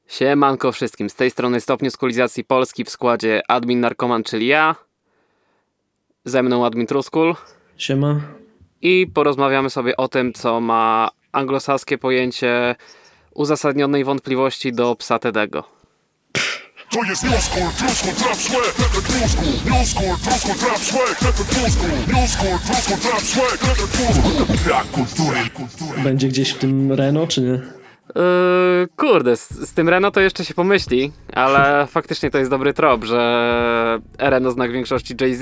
Siemanko wszystkim, z tej strony Stopniu Skulizacji Polski w składzie admin Narkoman, czyli ja, ze mną admin Truskul. Siema. I porozmawiamy sobie o tym, co ma anglosaskie pojęcie uzasadnionej wątpliwości do psa Tedego. To jest newscore, Truskul, trap swag, Truskul, newscore, Truskul, trap swag, Truskul, newscore, Truskul, trap swag, Truskul. Brak kultury. Będzie gdzieś w tym Renault, czy nie? Kurde, z tym Renault to jeszcze się pomyśli, ale faktycznie to jest dobry trop, że Renault znak większości Jay-Z.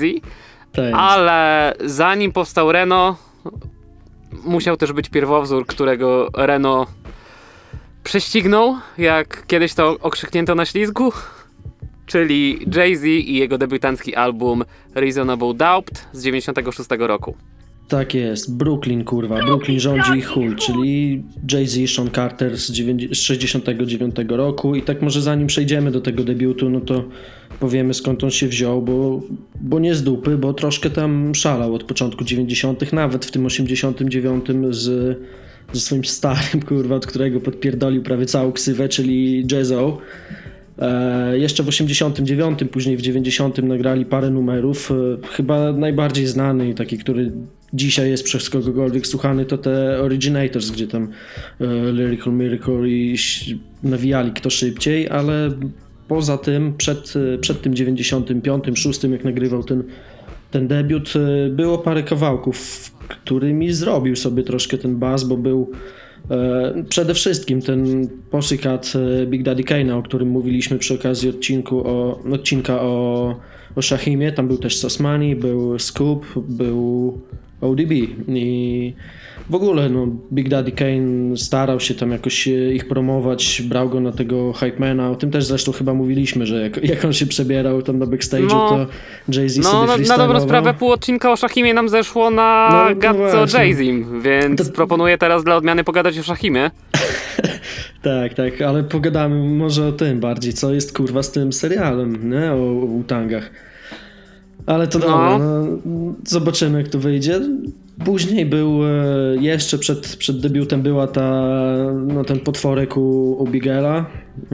Ale zanim powstał Renault, musiał też być pierwowzór, którego Renault prześcignął, jak kiedyś to okrzyknięto na ślizgu, czyli Jay-Z i jego debiutancki album Reasonable Doubt z 96 roku. Tak jest, Brooklyn, kurwa, Brooklyn rządzi i chuj, czyli Jay-Z, Sean Carter z 69 roku. I tak może zanim przejdziemy do tego debiutu, no to powiemy, skąd on się wziął, bo nie z dupy, bo troszkę tam szalał od początku 90., nawet w tym 89 ze swoim starym, kurwa, od którego podpierdolił prawie całą ksywę, czyli Jazzo. Jeszcze w 89, później w 90 nagrali parę numerów. Chyba najbardziej znany i taki, który dzisiaj jest przez kogokolwiek słuchany, to te Originators, gdzie tam Lyrical Miracle i nawijali kto szybciej, ale poza tym, przed tym 95, 6, jak nagrywał ten debiut, było parę kawałków, którymi zrobił sobie troszkę ten buzz, bo był przede wszystkim ten Pussycat Big Daddy Kane'a, o którym mówiliśmy przy okazji odcinka o Shahimie. Tam był też Sauce Money, był Scoop, był ODB i w ogóle no, Big Daddy Kane starał się tam jakoś ich promować, brał go na tego hypemana. O tym też zresztą chyba mówiliśmy, że jak on się przebierał tam na backstage'u, to Jay-Z sobie freestylował. Na dobrą sprawę pół odcinka o Shahimie nam zeszło na gadce o Jay-Z, więc proponuję teraz dla odmiany pogadać o Shahimie. Tak, ale pogadamy może o tym bardziej, co jest kurwa z tym serialem, nie? O Wu-Tangach. Ale to dobra, zobaczymy jak to wyjdzie. Później był, jeszcze przed debiutem była ten potworek u Bigela.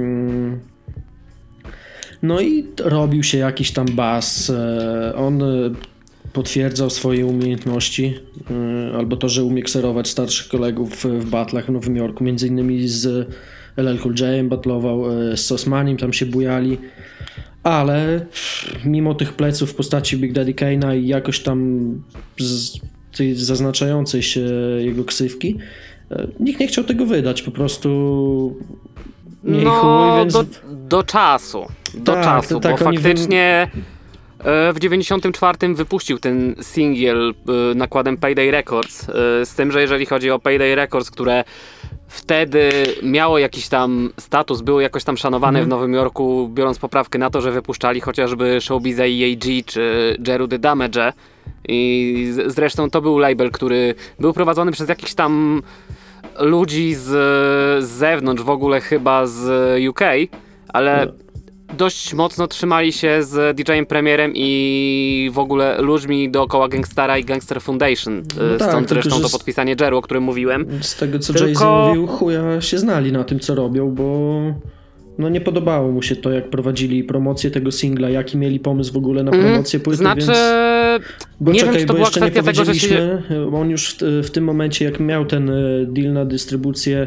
No i robił się jakiś tam buzz. On potwierdzał swoje umiejętności, albo to, że umie kserować starszych kolegów w battlach w Nowym Jorku. Między innymi z LL Cool J'em battlował, z Sauce Money'm tam się bujali. Ale mimo tych pleców w postaci Big Daddy Kane'a i jakoś tam tej zaznaczającej się jego ksywki, nikt nie chciał tego wydać, po prostu chuj, więc... do czasu, bo faktycznie w 94 wypuścił ten singiel nakładem Payday Records, z tym, że jeżeli chodzi o Payday Records, które wtedy miało jakiś tam status, było jakoś tam szanowane w Nowym Jorku, biorąc poprawkę na to, że wypuszczali chociażby Showbiza EAG czy Jeru the Damage. I zresztą to był label, który był prowadzony przez jakichś tam ludzi z zewnątrz, w ogóle chyba z UK, ale dość mocno trzymali się z DJ-em Premierem i w ogóle ludźmi dookoła Gangstara i Gangster Foundation. Stąd zresztą to podpisanie Jeru, o którym mówiłem. Z tego co Jay-Z mówił, chuja się znali na tym, co robią, bo no nie podobało mu się to, jak prowadzili promocję tego singla, jaki mieli pomysł w ogóle na promocję płyty, znaczy... więc... Bo nie czekaj, wiem, czy to bo była jeszcze nie kwestia tego, że się... On już w tym momencie, jak miał ten deal na dystrybucję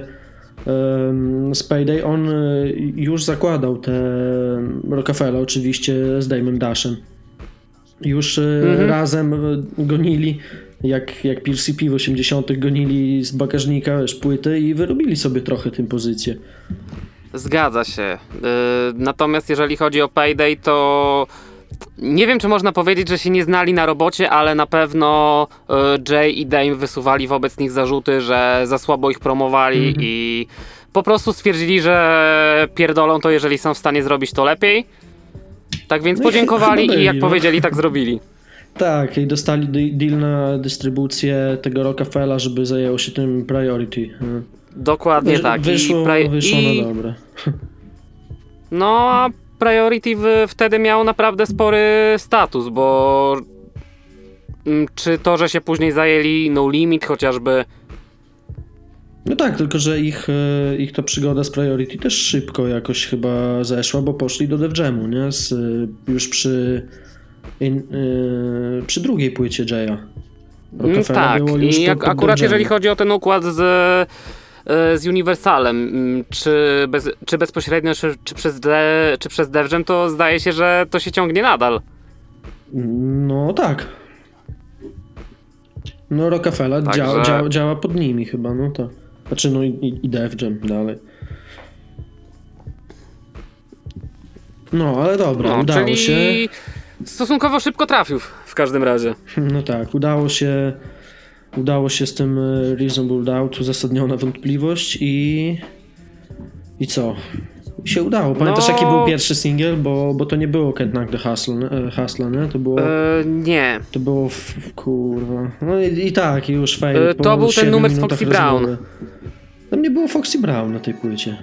z Payday, on już zakładał te Rockefella oczywiście z Damon Dashem. Już razem gonili, jak PCP w 80 gonili z bagażnika płyty i wyrobili sobie trochę tę pozycję. Zgadza się. Natomiast jeżeli chodzi o Payday, to nie wiem, czy można powiedzieć, że się nie znali na robocie, ale na pewno Jay i Dame wysuwali wobec nich zarzuty, że za słabo ich promowali i po prostu stwierdzili, że pierdolą to, jeżeli są w stanie zrobić to lepiej. Tak więc podziękowali i jak powiedzieli, tak zrobili. Tak, i dostali deal na dystrybucję tego Rockefella, żeby zajęło się tym Priority. Dokładnie tak. Wyszło na dobre. No, a Priority wtedy miał naprawdę spory status, bo czy to, że się później zajęli No Limit chociażby, No tak, tylko że ich ta przygoda z Priority też szybko jakoś chyba zeszła, bo poszli do Def Jamu, nie? Już przy drugiej płycie Jaya. Tak, było już i pod akurat Def jeżeli Jamu. chodzi o ten układ z Universalem, czy bezpośrednio, czy przez Def Jam, to zdaje się, że to się ciągnie nadal. No tak. No Rockefeller Także- działa pod nimi chyba, no tak. Znaczy no i Def Jam dalej. No, ale dobra, udało czyli się. stosunkowo szybko trafił w każdym razie. No tak, udało się z tym Reasonable Doubt, uzasadniona wątpliwość i co? Się udało. Pamiętasz jaki był pierwszy singiel? Bo to nie było Can't Knock the Hustle, nie? To było... Nie. To było kurwa. No i tak, już fail. To był ten numer z Foxy Brown. Tam nie było Foxy Brown na tej płycie.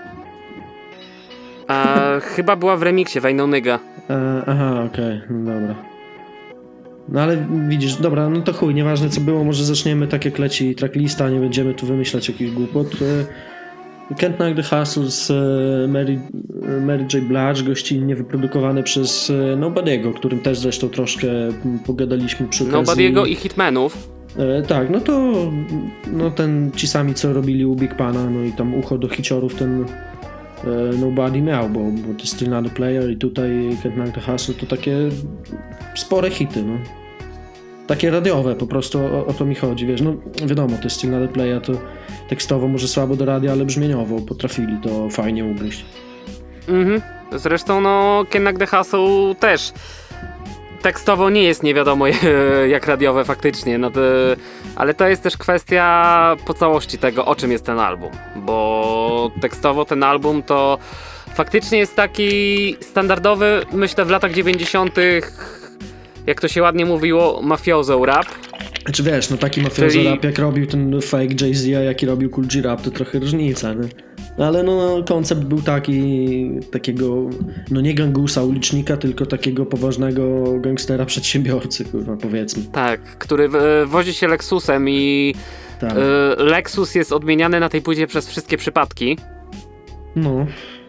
Chyba była w remiksie Wejną Nyga. Aha, okej, no dobra. No ale widzisz, dobra, no to chuj, nieważne co było, może zaczniemy tak jak leci tracklista, nie będziemy tu wymyślać jakichś głupot. Can't Knock the Hustle z Mary J. Blige, gościnnie wyprodukowane przez Nobody'ego, którym też zresztą troszkę pogadaliśmy przy okazji. Nobody'ego i Hitmanów. Tak, no to ci sami co robili u Big Pana, no i tam ucho do hiciorów ten Nobody miał, bo to jest Still Not a Player i tutaj Can't Knock the Hustle to takie spore hity, no. Takie radiowe, po prostu o to mi chodzi, wiesz, no wiadomo, to jest Still Not a Player, to tekstowo może słabo do radia, ale brzmieniowo potrafili to fajnie ugryźć. Zresztą no Can't Knock the Hustle też tekstowo nie jest nie wiadomo jak radiowe faktycznie, ale to jest też kwestia po całości tego, o czym jest ten album, bo tekstowo ten album to faktycznie jest taki standardowy, myślę w latach 90., jak to się ładnie mówiło, mafioso rap. Znaczy wiesz, no taki mafioso rap jak robił ten fake Jay-Z, a jaki robił Cool G rap, to trochę różnica, nie? Ale no koncept był takiego, no nie gangusa, ulicznika, tylko takiego poważnego gangstera, przedsiębiorcy, kurwa, powiedzmy. Tak, który wozi się Lexusem i Tak. Lexus jest odmieniany na tej płycie przez wszystkie przypadki. No.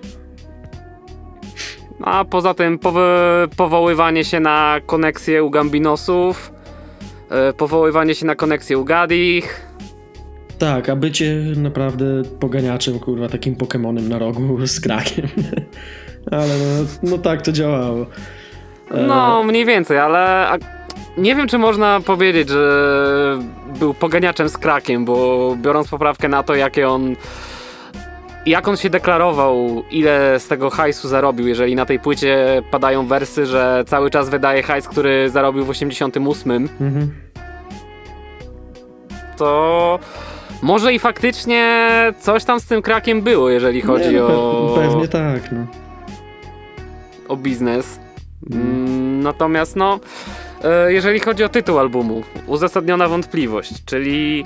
A poza tym powoływanie się na koneksję u Gambinosów, powoływanie się na koneksję u Gadich. Tak, a bycie naprawdę poganiaczem, kurwa, takim Pokemonem na rogu z krakiem. Ale no tak to działało. No, mniej więcej, ale nie wiem, czy można powiedzieć, że był poganiaczem z krakiem, bo biorąc poprawkę na to, jak on się deklarował, ile z tego hajsu zarobił, jeżeli na tej płycie padają wersy, że cały czas wydaje hajs, który zarobił w 88, to może i faktycznie coś tam z tym krakiem było, jeżeli chodzi Pewnie tak, no. o biznes. Natomiast no, jeżeli chodzi o tytuł albumu, uzasadniona wątpliwość, czyli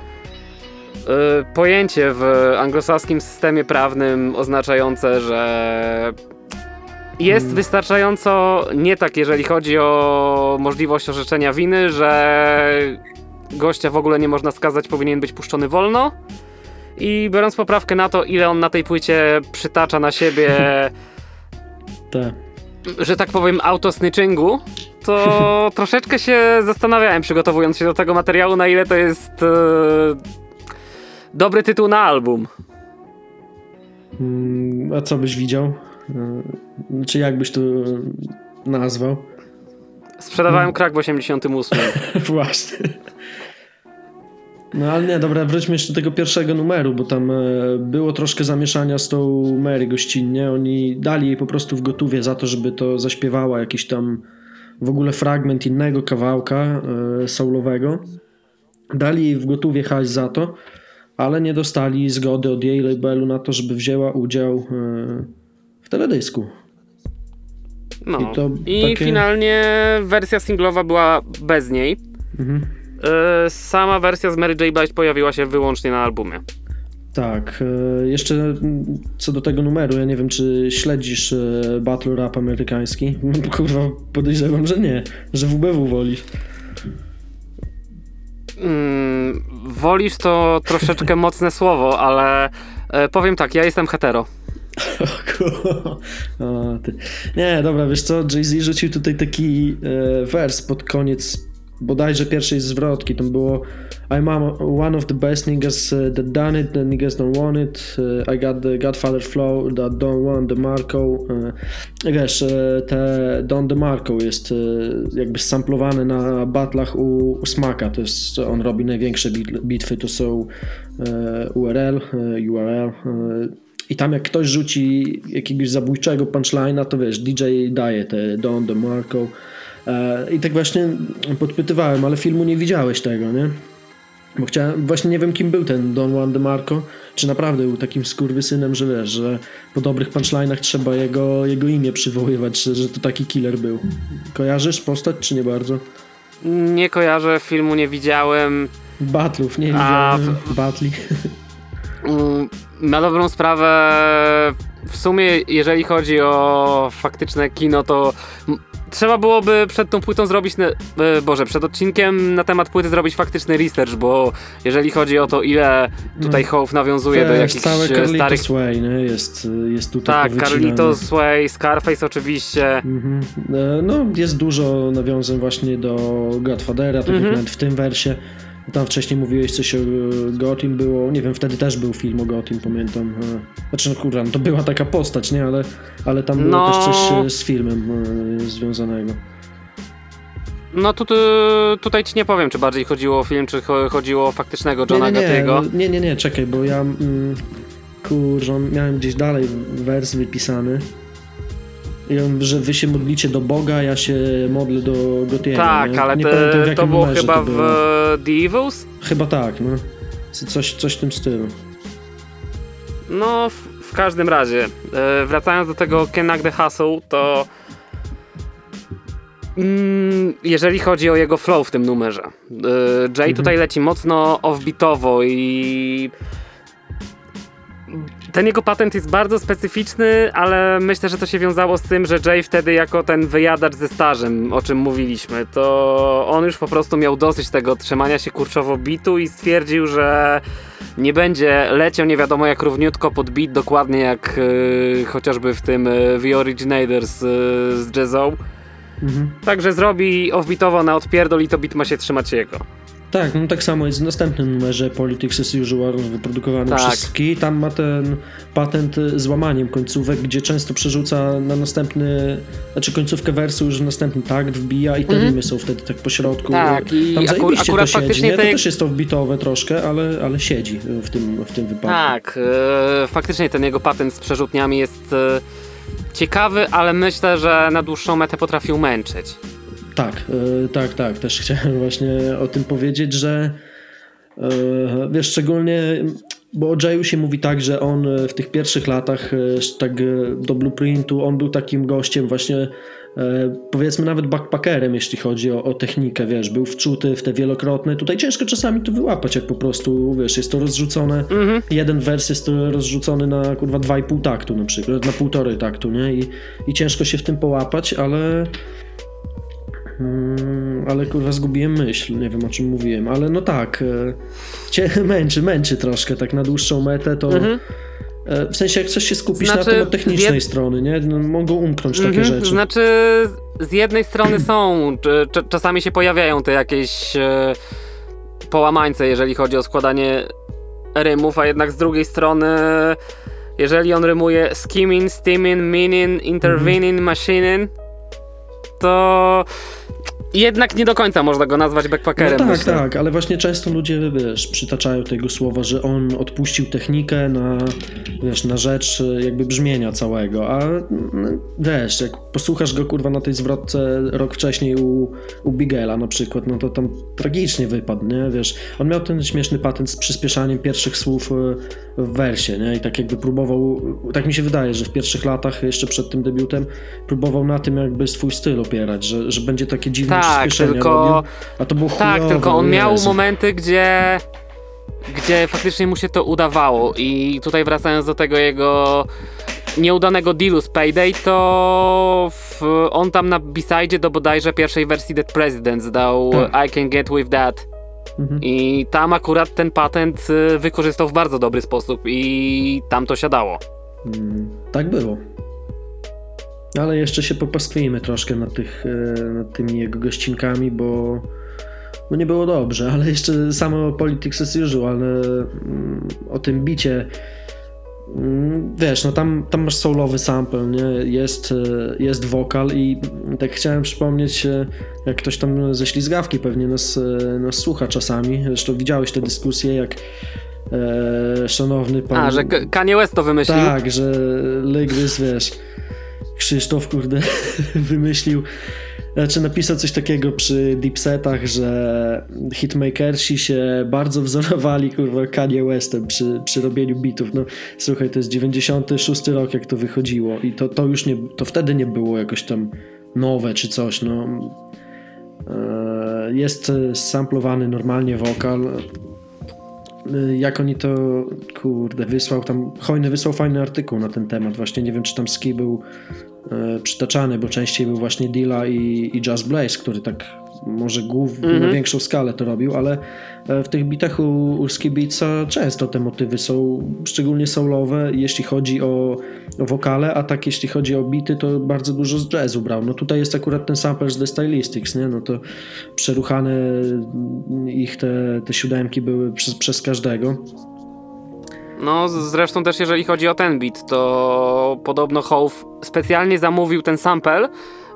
pojęcie w anglosaskim systemie prawnym oznaczające, że jest wystarczająco nie tak, jeżeli chodzi o możliwość orzeczenia winy, że gościa w ogóle nie można skazać, powinien być puszczony wolno. I biorąc poprawkę na to, ile on na tej płycie przytacza na siebie, Tak. że tak powiem, autosnitchingu, to troszeczkę się zastanawiałem, przygotowując się do tego materiału, na ile to jest dobry tytuł na album. A co byś widział? Czy jak byś to nazwał? Sprzedawałem crack w 88. Właśnie. No ale nie, dobra, wróćmy jeszcze do tego pierwszego numeru, bo tam było troszkę zamieszania z tą Mary gościnnie. Oni dali jej po prostu w gotówie za to, żeby to zaśpiewała jakiś tam w ogóle fragment innego kawałka soulowego. Dali jej w gotówie hajs za to, ale nie dostali zgody od jej labelu na to, żeby wzięła udział w teledysku. No. I takie... finalnie wersja singlowa była bez niej. Sama wersja z Mary J. Blige pojawiła się wyłącznie na albumie. Tak. Jeszcze co do tego numeru, ja nie wiem, czy śledzisz battle rap amerykański? Kurwa, podejrzewam, że nie. Że WBW wolisz. wolisz to troszeczkę mocne słowo, ale powiem tak, ja jestem hetero. O, ty. Nie, dobra, wiesz co, Jay-Z rzucił tutaj taki wers pod koniec bodajże pierwszej zwrotki, tam było I'm one of the best niggas that done it, the niggas don't want it, I got the Godfather flow that don't want the Marco. Wiesz, te Don DeMarco jest jakby samplowane na battlach u Smaka, to jest, on robi największe bitwy, to są URL, i tam jak ktoś rzuci jakiegoś zabójczego punchline'a, to wiesz, DJ daje te Don DeMarco. I tak właśnie podpytywałem, ale filmu nie widziałeś tego, nie? Bo właśnie nie wiem, kim był ten Don Juan DeMarco, czy naprawdę był takim skurwysynem, że wiesz, że po dobrych punchline'ach trzeba jego imię przywoływać, że to taki killer był. Kojarzysz postać, czy nie bardzo? Nie kojarzę, filmu nie widziałem. Battle'ów nie widziałem, battli. Na dobrą sprawę, w sumie jeżeli chodzi o faktyczne kino, to trzeba byłoby przed tą płytą zrobić, przed odcinkiem na temat płyty zrobić faktyczny research, bo jeżeli chodzi o to, ile tutaj Hope nawiązuje do jakichś całe Carlito starych... Sway, nie? Jest tutaj tak, powycinane. Carlito Sway, Scarface oczywiście. No, jest dużo nawiązań właśnie do Godfathera, tak jak nawet w tym wersie. Tam wcześniej mówiłeś coś o Gotim było, nie wiem, wtedy też był film o Gotim, pamiętam. Znaczy, no kurwa, no to była taka postać, nie? Ale tam było też coś z filmem związanego. No tutaj ci nie powiem, czy bardziej chodziło o film, czy chodziło o faktycznego Johna Gottiego. Nie, czekaj, bo ja kurwa, miałem gdzieś dalej wers wypisany. Że wy się modlicie do Boga, ja się modlę do Gottiego. Tak, nie? ale Nie pamiętam, to było chyba to w The Evils? Chyba tak, no. Coś w tym stylu. No, w każdym razie, wracając do tego Can the Hustle, to jeżeli chodzi o jego flow w tym numerze, Jay tutaj leci mocno offbeatowo i ten jego patent jest bardzo specyficzny, ale myślę, że to się wiązało z tym, że Jay wtedy jako ten wyjadacz ze stażem, o czym mówiliśmy, to on już po prostu miał dosyć tego trzymania się kurczowo bitu i stwierdził, że nie będzie leciał nie wiadomo jak równiutko pod beat, dokładnie jak chociażby w tym The Originators z Jazzo. Także zrobi offbeatowo na odpierdol i to beat ma się trzymać jego. Tak, no tak samo jest w następnym numerze Politics as Usual wyprodukowany przez Ski. Tam ma ten patent z łamaniem końcówek, gdzie często przerzuca na następny, znaczy końcówkę wersu już w następny takt wbija i te rymy są wtedy tak po środku. Tak, i tam zajebiście to siedzi, nie? To tej... też jest offbeatowe troszkę, ale siedzi w tym wypadku. Tak, faktycznie ten jego patent z przerzutniami jest ciekawy, ale myślę, że na dłuższą metę potrafił męczyć. Tak. Też chciałem właśnie o tym powiedzieć, że wiesz, szczególnie, bo o Jayu się mówi tak, że on w tych pierwszych latach tak do Blueprintu, on był takim gościem właśnie, powiedzmy nawet backpackerem, jeśli chodzi o technikę, wiesz, był wczuty w te wielokrotne, tutaj ciężko czasami to wyłapać, jak po prostu, wiesz, jest to rozrzucone, jeden wers jest to rozrzucony na kurwa 2,5 taktu na przykład, na 1,5 taktu, nie? I ciężko się w tym połapać, ale kurwa zgubiłem myśl, nie wiem o czym mówiłem, ale no tak, cię męczy troszkę, tak na dłuższą metę to w sensie jak chcesz się skupić na tym od technicznej strony, nie? No, mogą umknąć takie rzeczy. Znaczy z jednej strony są, czasami się pojawiają te jakieś połamańce, jeżeli chodzi o składanie rymów, a jednak z drugiej strony jeżeli on rymuje skimming, steaming, meaning, intervening, machining, to jednak nie do końca można go nazwać backpackerem. No tak, ale właśnie często ludzie, wiesz, przytaczają tego słowa, że on odpuścił technikę na rzecz jakby brzmienia całego, a wiesz, jak posłuchasz go kurwa na tej zwrotce rok wcześniej u Bigela na przykład, no to tam tragicznie wypadł, nie, wiesz, on miał ten śmieszny patent z przyspieszaniem pierwszych słów w wersie, nie, i tak jakby próbował, tak mi się wydaje, że w pierwszych latach, jeszcze przed tym debiutem, próbował na tym jakby swój styl opierać, że będzie takie dziwne przyspieszenie robił, a to było chujowe. Tak, tylko on miał momenty, gdzie faktycznie mu się to udawało i tutaj wracając do tego jego nieudanego dealu z Payday, to on tam na B-side do bodajże pierwszej wersji Dead Presidents dał I Can Get With That. I tam akurat ten patent wykorzystał w bardzo dobry sposób i tam to siadało. Tak było. Ale jeszcze się popastwimy troszkę nad tymi jego gościnkami, bo nie było dobrze, ale jeszcze samo Politics as usual, o tym bicie. Wiesz, no tam masz soulowy sample, nie? Jest wokal i tak chciałem przypomnieć, jak ktoś tam ze ślizgawki pewnie nas słucha czasami. Zresztą widziałeś te dyskusje, jak szanowny pan... że Kanye West to wymyślił? Tak, że Lygwys, wiesz, Krzysztof, kurde, wymyślił, znaczy napisał coś takiego przy Dipsetach, że hitmakersi się bardzo wzorowali, kurwa, Kanye Westem przy robieniu bitów. No słuchaj, to jest 96 rok, jak to wychodziło i to już nie, to wtedy nie było jakoś tam nowe czy coś, no. Jest samplowany normalnie wokal. Jak oni to, kurde, Hojny wysłał fajny artykuł na ten temat. Właśnie nie wiem, czy tam Ski był przytaczany, bo częściej był właśnie Dilla i Just Blaze, który tak może na większą skalę to robił, ale w tych bitach u Ski Beatsa często te motywy są szczególnie soulowe, jeśli chodzi o wokale, a tak jeśli chodzi o bity, to bardzo dużo z jazzu brał. No tutaj jest akurat ten sample z The Stylistics, nie? No to przeruchane ich te siódemki były przez każdego. No zresztą też jeżeli chodzi o ten beat, to podobno Hove specjalnie zamówił ten sample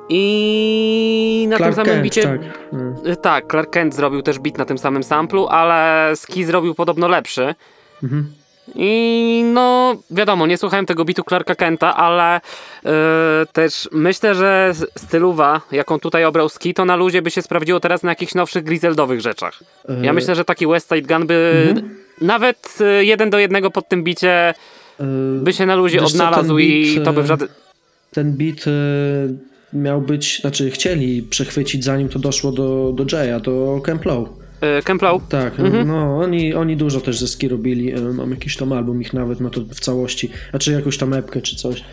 i na Clark tym samym Kent, bicie... Tak, Clark Kent zrobił też beat na tym samym samplu, ale Ski zrobił podobno lepszy. I no wiadomo, nie słuchałem tego bitu Clarka Kenta, ale też myślę, że stylowa, jaką tutaj obrał Ski, to na luzie by się sprawdziło teraz na jakichś nowszych griseldowych rzeczach. Ja myślę, że taki West Side Gun by nawet 1:1 pod tym bicie by się na luzie odnalazł i to by w żaden... Ten beat miał być, znaczy chcieli przechwycić, zanim to doszło do Jaya, do Camp Low. Camp Low? Tak, no oni dużo też ze Ski robili, mam jakiś tam album ich nawet, no to w całości, znaczy jakąś tam epkę czy coś.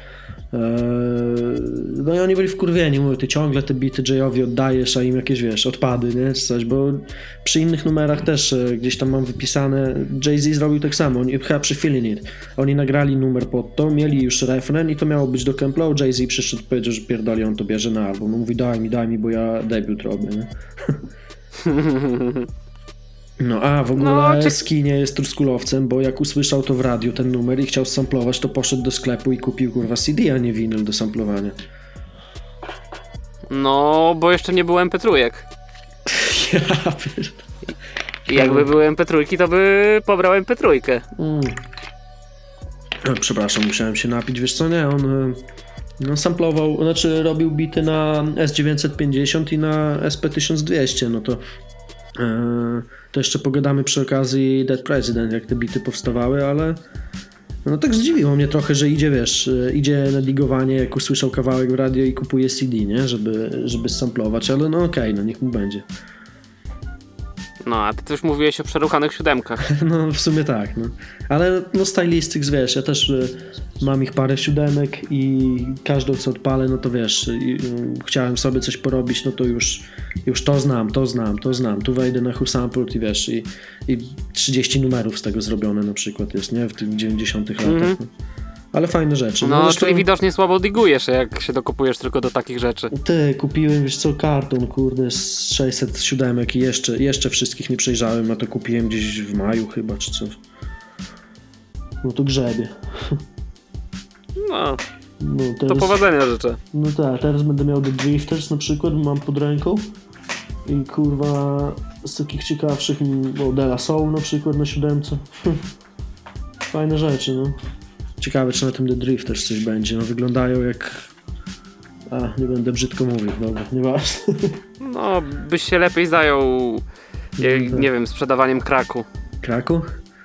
No i oni byli wkurwieni, mówię, ty ciągle te bity Jayowi oddajesz, a im jakieś, wiesz, odpady, nie, czy coś, bo przy innych numerach też gdzieś tam mam wypisane, Jay-Z zrobił tak samo, chyba przy Feeling It, oni nagrali numer pod to, mieli już refren i to miało być do Camp Low, Jay-Z przyszedł, powiedział, że pierdoli, on to bierze na album, mówi daj mi, bo ja debiut robię, nie? No a w ogóle Ski nie jest truskulowcem, bo jak usłyszał to w radiu ten numer i chciał samplować, to poszedł do sklepu i kupił kurwa CD, a nie winyl do samplowania. No, bo jeszcze nie było MP3. Ja pierdolę. Jakby były MP3, to by pobrał MP3. Przepraszam, musiałem się napić, wiesz co, nie, on samplował, znaczy robił bity na S950 i na SP1200, no to jeszcze pogadamy przy okazji Dead President, jak te bity powstawały, ale no tak zdziwiło mnie trochę, że idzie, wiesz, idzie na digowanie, jak usłyszał kawałek w radio i kupuje CD, nie, żeby samplować, ale no okej, no niech mu będzie. No, a ty też mówiłeś o przeruchanych siódemkach. No, w sumie tak, no. Ale no Stylistics, wiesz, ja też mam ich parę siódemek i każdą co odpalę, no to wiesz, chciałem sobie coś porobić, no to już to znam. Tu wejdę na Who Sampled i wiesz, i 30 numerów z tego zrobione na przykład jest, nie? W tych 90 latach. No. Ale fajne rzeczy. No zresztą... czyli widocznie słabo digujesz, jak się dokupujesz tylko do takich rzeczy. Ty, kupiłem, wiesz co, karton, kurde, z 600 siódemek i jeszcze wszystkich nie przejrzałem, a to kupiłem gdzieś w maju chyba, czy coś. No to grzebie. No teraz, to powodzenia życzę. No tak, teraz będę miał The Drifters na przykład, mam pod ręką i kurwa z takich ciekawszych, De La Soul na przykład na siódemce. Fajne rzeczy, no. Ciekawe, czy na tym The Drifters coś będzie. No wyglądają jak... nie będę brzydko mówił, dobra, nieważne. No, byś się lepiej zajął, nie wiem, sprzedawaniem kraku. Kraku?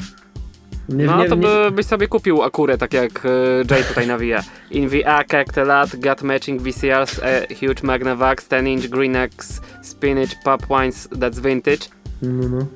Byś sobie kupił Akurę, tak jak Jay tutaj nawija. In the AK, a lot, got matching VCRs, a huge Magnavox, 10-inch Green X, Spinach, Pop Wines, that's vintage. No.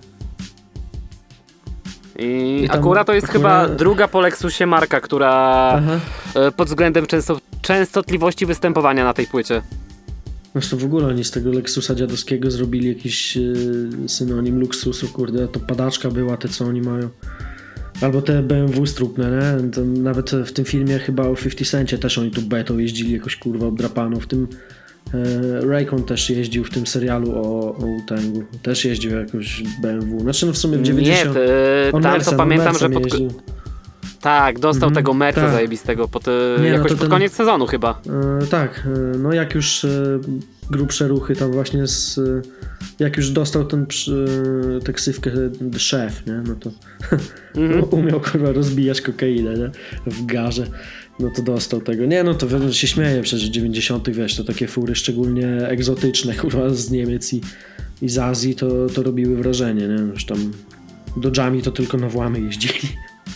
I Akura to jest chyba druga po Lexusie marka, która pod względem częstotliwości występowania na tej płycie. Zresztą w ogóle oni z tego Lexusa dziadowskiego zrobili jakiś synonim luksusu, kurde, a to padaczka była, te co oni mają. Albo te BMW strupne, nie? To nawet w tym filmie chyba o 50 Centie też oni tu betą jeździli jakoś kurwa obdrapano. W tym Raycon też jeździł w tym serialu o Wu-Tangu. Też jeździł jakoś BMW. Znaczy no w sumie w 90... Nie, tam to pamiętam, że tak, dostał tego Merca tak. zajebistego Nie, pod koniec sezonu chyba. Tak, no jak już grubsze ruchy tam właśnie jak już dostał tę ksywkę The Chef, nie? No to umiał kurwa rozbijać kokainę, nie? W garze. No to dostał tego. Nie, no to wiadomo, że się śmieje przecież 90 wiesz, to takie fury szczególnie egzotyczne kurwa z Niemiec i z Azji to robiły wrażenie, nie? Już tam Dodge'ami to tylko na włamy jeździli.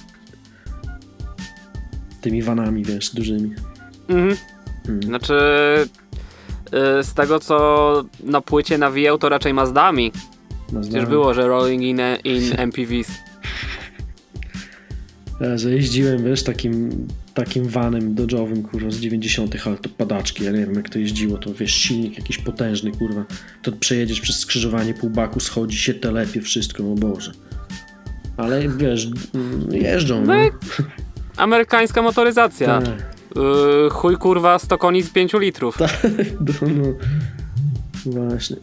Tymi vanami, wiesz, dużymi. Znaczy z tego co na płycie nawijał to raczej Mazdami. Przecież było, że rolling in MPVs. Ja, że jeździłem, wiesz, takim vanem dodge'owym, kurwa, z 90 ale to padaczki, ja nie wiem jak to jeździło, to wiesz, silnik jakiś potężny, kurwa. To przejedziesz przez skrzyżowanie, pół baku schodzi, się telepie, wszystko, o Boże. Ale wiesz, jeżdżą, no. Amerykańska motoryzacja. Tak. Chuj kurwa 100 koni z 5 litrów. No, właśnie.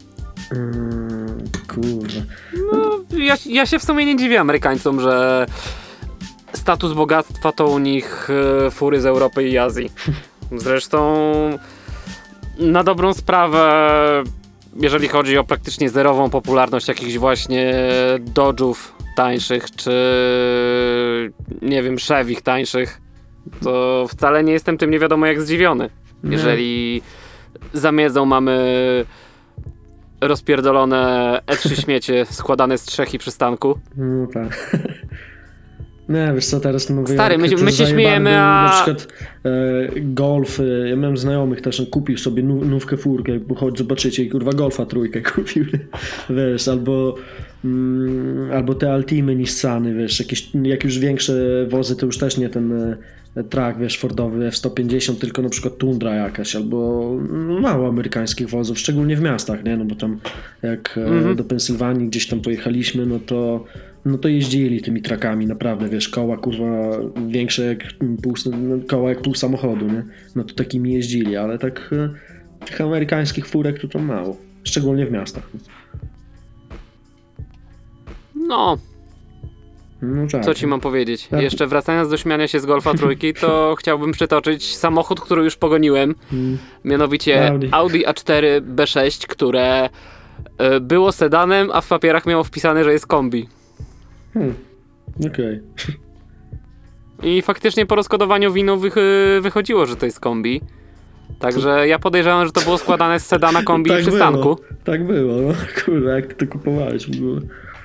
Kurwa. No, ja się w sumie nie dziwię Amerykańcom, że status bogactwa to u nich fury z Europy i Azji. Zresztą na dobrą sprawę, jeżeli chodzi o praktycznie zerową popularność jakichś właśnie Dodge'ów tańszych, czy nie wiem, Chevy tańszych, to wcale nie jestem tym nie wiadomo jak zdziwiony. Jeżeli zamiedzą mamy rozpierdolone E3 śmiecie składane z trzech i przystanku. No tak. Nie, wiesz co, teraz mówię... Stary, my się śmiejemy, a... Na przykład Golf, ja miałem znajomych też, kupił sobie nówkę furkę, bo chodź zobaczycie i kurwa Golfa trójkę kupił, wiesz, albo te Altimy Nissany, wiesz, jak już większe wozy, to już też nie ten track, wiesz, Fordowy F-150, tylko na przykład Tundra jakaś, albo mało amerykańskich wozów, szczególnie w miastach, nie, no bo tam jak do Pensylwanii gdzieś tam pojechaliśmy, no to jeździli tymi trakami, naprawdę, wiesz, koła kurwa większe jak koła jak pół samochodu, nie? No to takimi jeździli, ale tak tych amerykańskich furek to tam mało, szczególnie w miastach. No tak. Co ci mam powiedzieć? Jeszcze wracając do śmiania się z Golfa trójki, to chciałbym przytoczyć samochód, który już pogoniłem, mianowicie Audi A4 B6, które było sedanem, a w papierach miało wpisane, że jest kombi. Okej. I faktycznie po rozkodowaniu winu wychodziło, że to jest kombi. Także ja podejrzewam, że to było składane z sedana, kombi tak i przystanku. Było. Tak było, no kurwa, jak ty to kupowałeś w ogóle.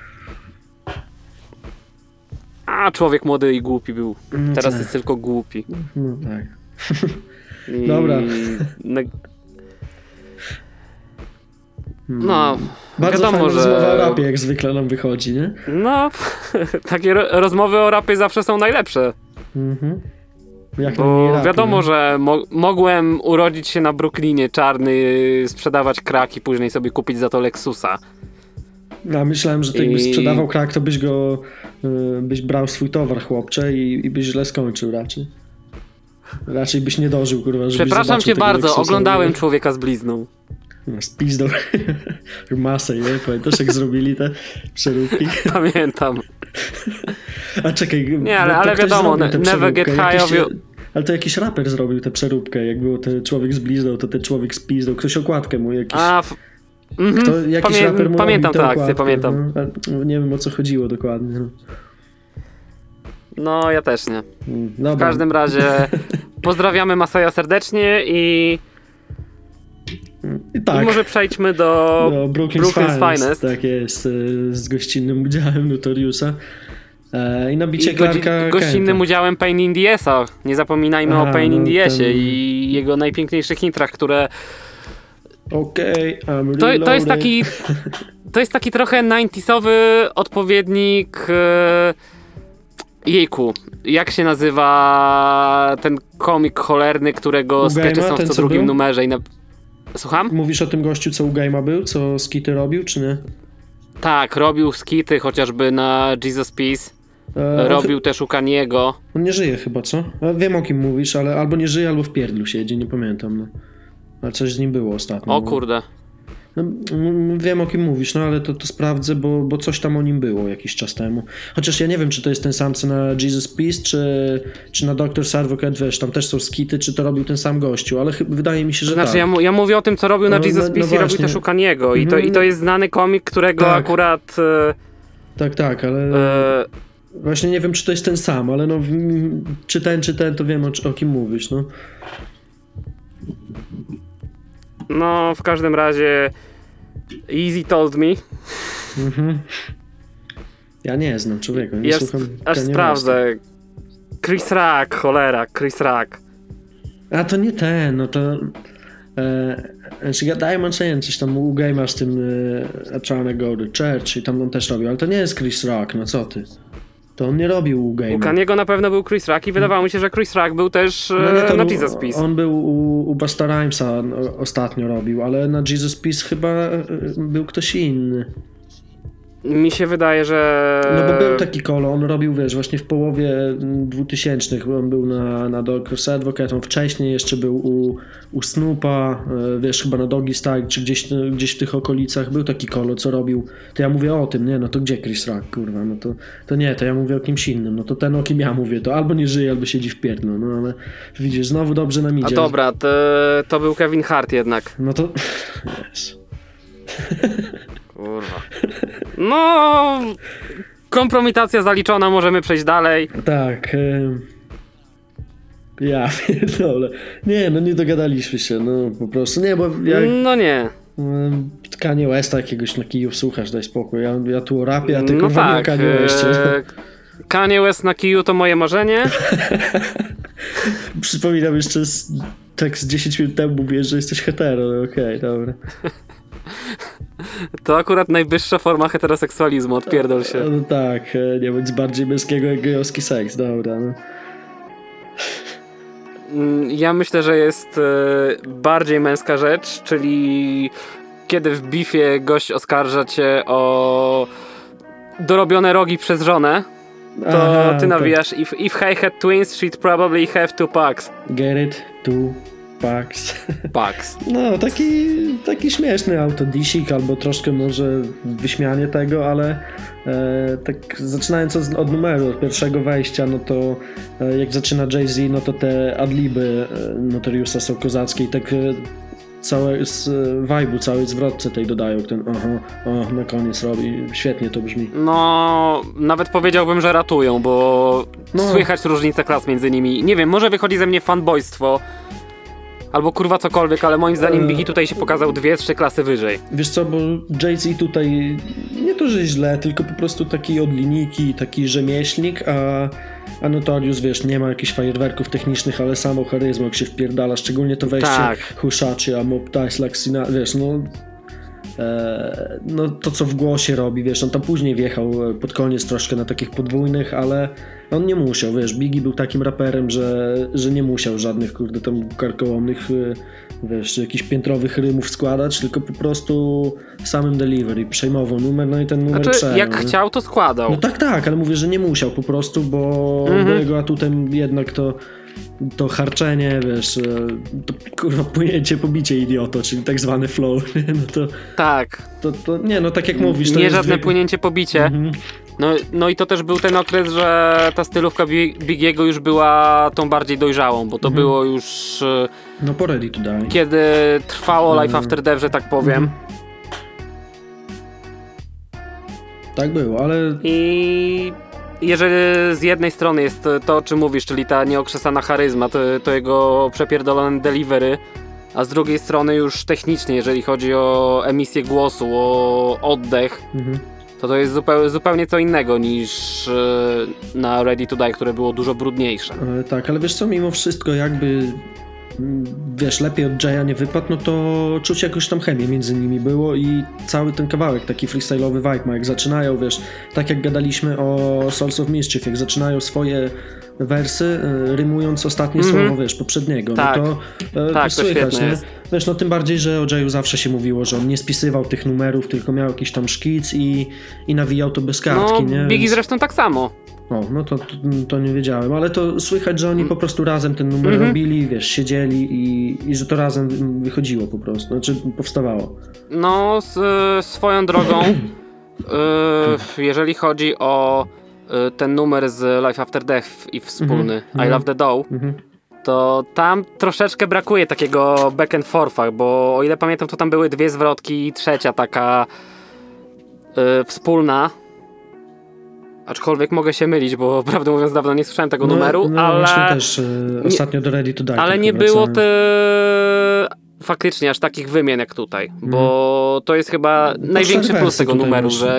A człowiek młody i głupi był. Teraz tak. jest tylko głupi. No tak. Dobra. No, bardzo wiadomo, fajna że... rozmowa o rapie jak zwykle nam wychodzi, nie? No, takie rozmowy o rapie zawsze są najlepsze. Jak bo rapie, wiadomo, nie? że mogłem urodzić się na Brooklynie, czarny, sprzedawać crack i później sobie kupić za to Lexusa. A myślałem, że ty jakbyś sprzedawał crack, to byś brał swój towar, chłopcze, i byś źle skończył raczej. Raczej byś nie dożył, kurwa, żebyś Przepraszam cię bardzo, Lexusa, oglądałem Człowieka z blizną. Z pizdą. Masę, nie? Pamiętasz jak zrobili te przeróbki? Pamiętam. A czekaj, nie, ale wiadomo, Never Get High ale to jakiś raper zrobił tę przeróbkę, jak było ten Człowiek z blizną, to ten Człowiek z pizdą, ktoś okładkę mu jakiś... jakiś raper mu pamiętam tę okładkę, akcję, pamiętam. No, nie wiem o co chodziło dokładnie. No, ja też nie. Dobra. W każdym razie pozdrawiamy Maseja serdecznie i może przejdźmy do Brooklyn's Finest. Tak jest, z gościnnym udziałem Notoriusa. I nabicie Clarka gościnnym udziałem Pain in the Ass-a. Nie zapominajmy o Pain in the Assie i jego najpiękniejszych intrach, które... To jest taki trochę 90sowy odpowiednik... Jejku, jak się nazywa ten komik cholerny, którego skecze są w co drugim numerze? Słucham? Mówisz o tym gościu, co u Game'a był, co skity robił, czy nie? Tak, robił skity chociażby na Jesus Peace. Robił też u Kaniego. On nie żyje chyba, co? Wiem, o kim mówisz, ale albo nie żyje, albo w pierdlu siedzi, nie pamiętam. No. Ale coś z nim było ostatnio. O kurde. No, wiem, o kim mówisz, no ale to sprawdzę, bo coś tam o nim było jakiś czas temu. Chociaż ja nie wiem, czy to jest ten sam, co na Jesus Peace, czy na Doctor's Advocate, wiesz, tam też są skity, czy to robił ten sam gościu, ale wydaje mi się, że Znaczy tak. ja mówię o tym, co robił na No, Jesus no Peace i robił właśnie. też u Kaniego. I to jest znany komik, którego Tak. akurat... Tak, ale właśnie nie wiem, czy to jest ten sam, ale no czy ten, to wiem, o kim mówisz, no. No, w każdym razie Easy told me. Ja nie znam człowieka, nie Ja słucham. aż Kanye sprawdzę. Chris Rock, cholera, Chris Rock. Westa. A to nie ten, no to... Znaczy gadajmy coś tam u Game'a z tym Trying to Go to Church i tam on też robił, ale to nie jest Chris Rock, no co ty? To on nie robił u U Game'a. Kaniego na pewno był Chris Rock i wydawało mi się, że Chris Rock był też No nie, to na był- Jesus Peace. On był u Busta Rhymesa ostatnio robił, ale na Jesus Peace chyba był ktoś inny. Mi się wydaje, że... No bo był taki kolo, on robił, wiesz, właśnie w połowie 2000 on był na Doctor's Advocate, on wcześniej jeszcze był u Snoopa, wiesz, chyba na Doggy Style, czy gdzieś w tych okolicach był taki kolo, co robił, to ja mówię o tym, nie, no to gdzie Chris Rock, kurwa, no to nie, to ja mówię o kimś innym, no to ten, o kim ja mówię, to albo nie żyje, albo siedzi w pierdlu, no ale widzisz, znowu dobrze nam idzie. A dobra, to był Kevin Hart jednak. No to... Yes. Kurwa. No... Kompromitacja zaliczona, możemy przejść dalej. Tak. Ja pierdolę. Nie, no nie dogadaliśmy się, no po prostu. Nie, bo ja No nie. Kanye Westa jakiegoś na kiju słuchasz, daj spokój. Ja tu o rapie, a ty No kurwa nie o tak. Kanye Westie. Kanye West na kiju to moje marzenie. Przypominam jeszcze tak z 10 minut temu mówisz, że jesteś hetero. No, okej, dobra. To akurat najwyższa forma heteroseksualizmu, odpierdol się. No tak, nie bądź bardziej męskiego jak gejowski seks, dobra. No. Ja myślę, że jest bardziej męska rzecz, czyli kiedy w bifie gość oskarża cię o dorobione rogi przez żonę, to Aha, ty nawijasz if I had twins, she'd probably have two packs. Get it? Two packs. Packs. No, taki śmieszny autodisik, albo troszkę może wyśmianie tego, ale tak zaczynając od numeru, od pierwszego wejścia, no to jak zaczyna Jay-Z, no to te adliby Notoriusa są kozackie i tak całe z vibe'u, całej zwrotce tej dodają ten na koniec robi, świetnie to brzmi. No, nawet powiedziałbym, że ratują, bo słychać różnicę klas między nimi. Nie wiem, może wychodzi ze mnie fanboystwo, albo kurwa cokolwiek, ale moim zdaniem Biggie tutaj się pokazał 2-3 klasy wyżej. Wiesz co, bo Jay-Z tutaj nie to, że źle, tylko po prostu taki od linijki, taki rzemieślnik, a Notorious, wiesz, nie ma jakichś fajerwerków technicznych, ale samą charyzmą, jak się wpierdala, szczególnie to wejście Tak. Hushaczy, a Mob Dice, Laxina, wiesz, no to co w głosie robi, wiesz, on tam później wjechał pod koniec troszkę na takich podwójnych, ale on nie musiał, wiesz, Biggie był takim raperem, że nie musiał żadnych, kurde, tam karkołomnych, wiesz, jakichś piętrowych rymów składać, tylko po prostu samym delivery przejmował numer, no i ten numer Znaczy, przejął, jak nie? chciał, to składał. No tak, ale mówię, że nie musiał po prostu, bo jego atutem jednak to harczenie, wiesz, to kurwa płynięcie, pobicie idioto, czyli tak zwany flow, nie? No Tak. to nie, no tak jak mówisz, to Nie jest żadne płynięcie, pobicie. No i to też był ten okres, że ta stylówka Biggiego już była tą bardziej dojrzałą, bo to było już No po Ready to Die. kiedy trwało Life After Death, że tak powiem. Tak było, ale I jeżeli z jednej strony jest to, o czym mówisz, czyli ta nieokrzesana charyzma, to jego przepierdolone delivery, a z drugiej strony już technicznie, jeżeli chodzi o emisję głosu, o oddech, to jest zupełnie co innego niż na Ready to Die, które było dużo brudniejsze. tak, ale wiesz co, mimo wszystko jakby wiesz, lepiej od Jaya nie wypadł, no to czuć jakąś tam chemię między nimi było i cały ten kawałek taki freestyle'owy vibe ma, jak zaczynają, wiesz, tak jak gadaliśmy o Souls of Mischief, jak zaczynają swoje wersy, rymując ostatnie słowo, wiesz, poprzedniego. Tak. No to Tak, to słychać, świetne nie? jest. Wiesz, no tym bardziej, że o Jayu zawsze się mówiło, że on nie spisywał tych numerów, tylko miał jakiś tam szkic i nawijał to bez kartki, No, nie? Biggie zresztą tak samo. O, no to nie wiedziałem, ale to słychać, że oni po prostu razem ten numer robili, wiesz, siedzieli i że to razem wychodziło po prostu, znaczy powstawało. No, swoją drogą, jeżeli chodzi o ten numer z Life After Death i wspólny I Love the Dough, to tam troszeczkę brakuje takiego back and forth'a, bo o ile pamiętam, to tam były 2 zwrotki i trzecia taka wspólna. Aczkolwiek mogę się mylić, bo prawdę mówiąc dawno nie słyszałem tego numeru, ale... Właśnie też ostatnio do Ready to Die. Ale nie było faktycznie aż takich wymian jak tutaj, bo to jest chyba największy plus tego numeru, że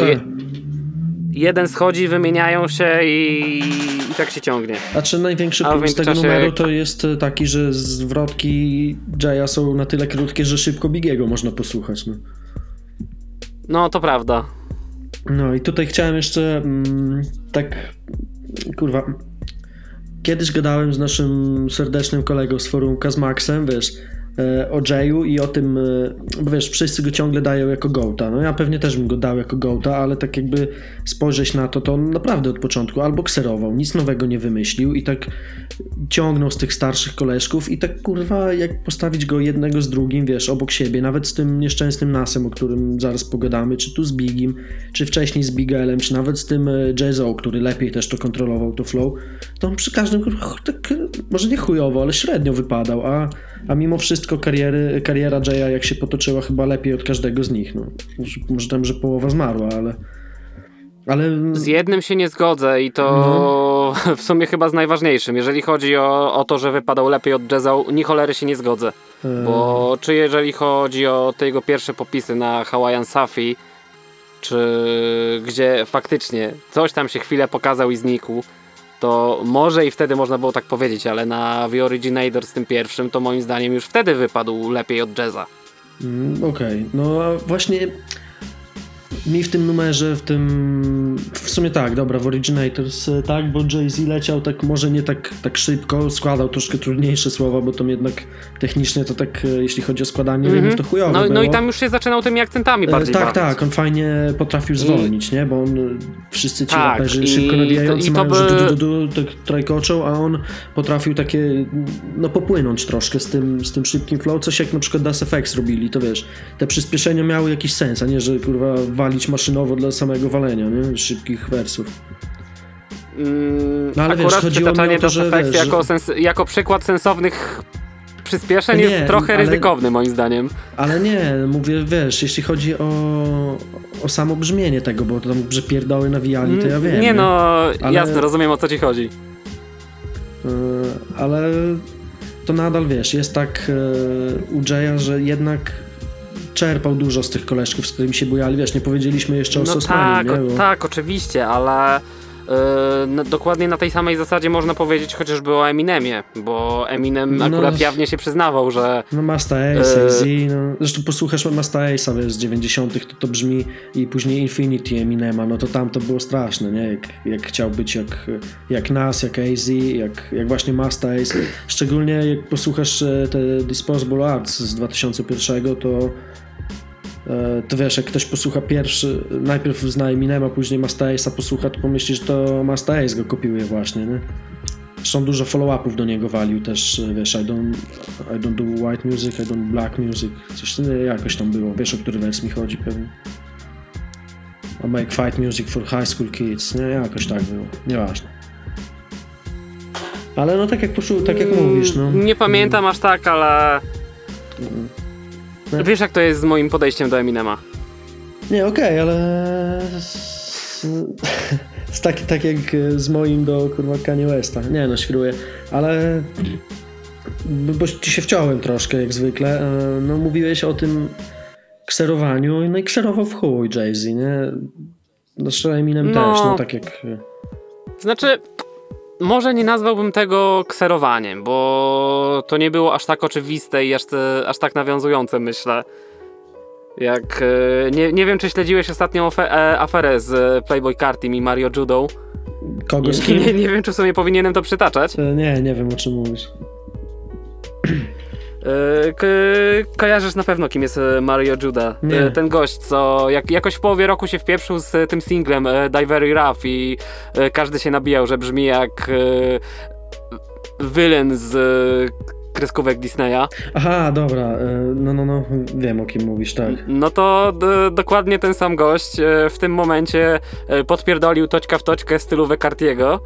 jeden schodzi, wymieniają się i tak się ciągnie. A czy największy plus tego numeru to jest taki, że zwrotki Jaya są na tyle krótkie, że szybko Biggiego można posłuchać. No, to prawda. No i tutaj chciałem jeszcze tak, kurwa, kiedyś gadałem z naszym serdecznym kolegą z forum Kazmaxem, wiesz, o Jayu i o tym, bo wiesz, wszyscy go ciągle dają jako gołta. No ja pewnie też bym go dał jako gołta, ale tak jakby spojrzeć na to on naprawdę od początku albo kserował, nic nowego nie wymyślił i tak ciągnął z tych starszych koleżków i tak kurwa, jak postawić go jednego z drugim, wiesz, obok siebie, nawet z tym nieszczęsnym Nasem, o którym zaraz pogadamy, czy tu z Biggiem, czy wcześniej z Big L-em, czy nawet z tym Jay-Z, który lepiej też to kontrolował, to flow, to on przy każdym tak, może nie chujowo, ale średnio wypadał, a mimo wszystko kariera Jaya jak się potoczyła chyba lepiej od każdego z nich. No. Może tam, że połowa zmarła, ale... Z jednym się nie zgodzę i to w sumie chyba z najważniejszym. Jeżeli chodzi o to, że wypadał lepiej od Jazza, ni cholery się nie zgodzę. Bo czy jeżeli chodzi o te jego pierwsze popisy na Hawaiian Safi, czy gdzie faktycznie coś tam się chwilę pokazał i znikł, to może i wtedy można było tak powiedzieć, ale na The Originator z tym pierwszym, to moim zdaniem już wtedy wypadł lepiej od Jazza. Okej. No a właśnie mi w tym numerze, w sumie tak, dobra, w Originators tak, bo Jay-Z leciał tak może nie tak szybko, składał troszkę trudniejsze słowa, bo to jednak technicznie to tak, jeśli chodzi o składanie rymów, to chujowo było. No i tam już się zaczynał tymi akcentami bardziej bawić. Tak, on fajnie potrafił zwolnić, nie, bo on, wszyscy ci raperzy szybko nawijający mają, że tak trajkoczą, a on potrafił takie, no popłynąć troszkę z tym szybkim flow, coś jak na przykład Das FX robili, to wiesz, te przyspieszenia miały jakiś sens, a nie, że kurwa walić maszynowo dla samego walenia, nie? Szybkich wersów. No ale akurat wiesz, przytaczanie Das FX jako przykład sensownych przyspieszeń jest trochę ryzykowny moim zdaniem. Ale nie, mówię, wiesz, jeśli chodzi o samo brzmienie tego, bo to tam, że pierdoły nawijali, to ja wiem. Nie no, jasne, rozumiem o co ci chodzi. Ale to nadal, wiesz, jest tak u Jaya, że jednak czerpał dużo z tych koleżków, z którymi się bujali, wiesz, nie powiedzieliśmy jeszcze o Sosmanie, nie? Tak, oczywiście, ale dokładnie na tej samej zasadzie można powiedzieć chociażby o Eminemie, bo Eminem akurat jawnie się przyznawał, że... No Masta Ace, AZ, zresztą posłuchasz Masta Ace'a, wiesz, z 90 to brzmi i później Infinity Eminema, no to tam to było straszne, nie? Jak chciał być jak Nas, jak AZ, jak właśnie Masta Ace, szczególnie jak posłuchasz te Disposable Arts z 2001, to wiesz, jak ktoś posłucha najpierw zna Eminema, później Masta Ace'a posłucha, to pomyśli, że to Masta Ace go kopiuje właśnie, nie? Zresztą dużo follow-upów do niego walił też, wiesz, I don't do white music, I don't black music, coś jakoś tam było, wiesz, o który wers mi chodzi pewnie. I make fight music for high school kids, nie? Jakoś tak było, nieważne. Ale no tak jak mówisz, no. Nie pamiętam aż tak, ale... Wiesz, jak to jest z moim podejściem do Eminema? Nie, okej, ale... tak jak z moim do kurwa Kanye Westa. Nie no, świruję, ale... Bo ci się wciąłem troszkę, jak zwykle. No mówiłeś o tym kserowaniu, no i kserował w chuj Jay-Z, nie? Zresztą Eminem też, no tak jak... Znaczy... Może nie nazwałbym tego kserowaniem, bo to nie było aż tak oczywiste i aż tak nawiązujące, myślę. Nie wiem, czy śledziłeś ostatnią aferę z Playboi Cartim i Mario Judą. Kogo z kim? Nie wiem, czy w sumie powinienem to przytaczać. Nie wiem, o czym mówisz. Kojarzysz na pewno, kim jest Mario Juda. Nie. Ten gość, co jakoś w połowie roku się wpieprzył z tym singlem Die Very Rough i każdy się nabijał, że brzmi jak villain z kreskówek Disneya. Aha, dobra, no, wiem, o kim mówisz, tak. No to dokładnie ten sam gość w tym momencie podpierdolił toczka w toczkę stylówę Cartiego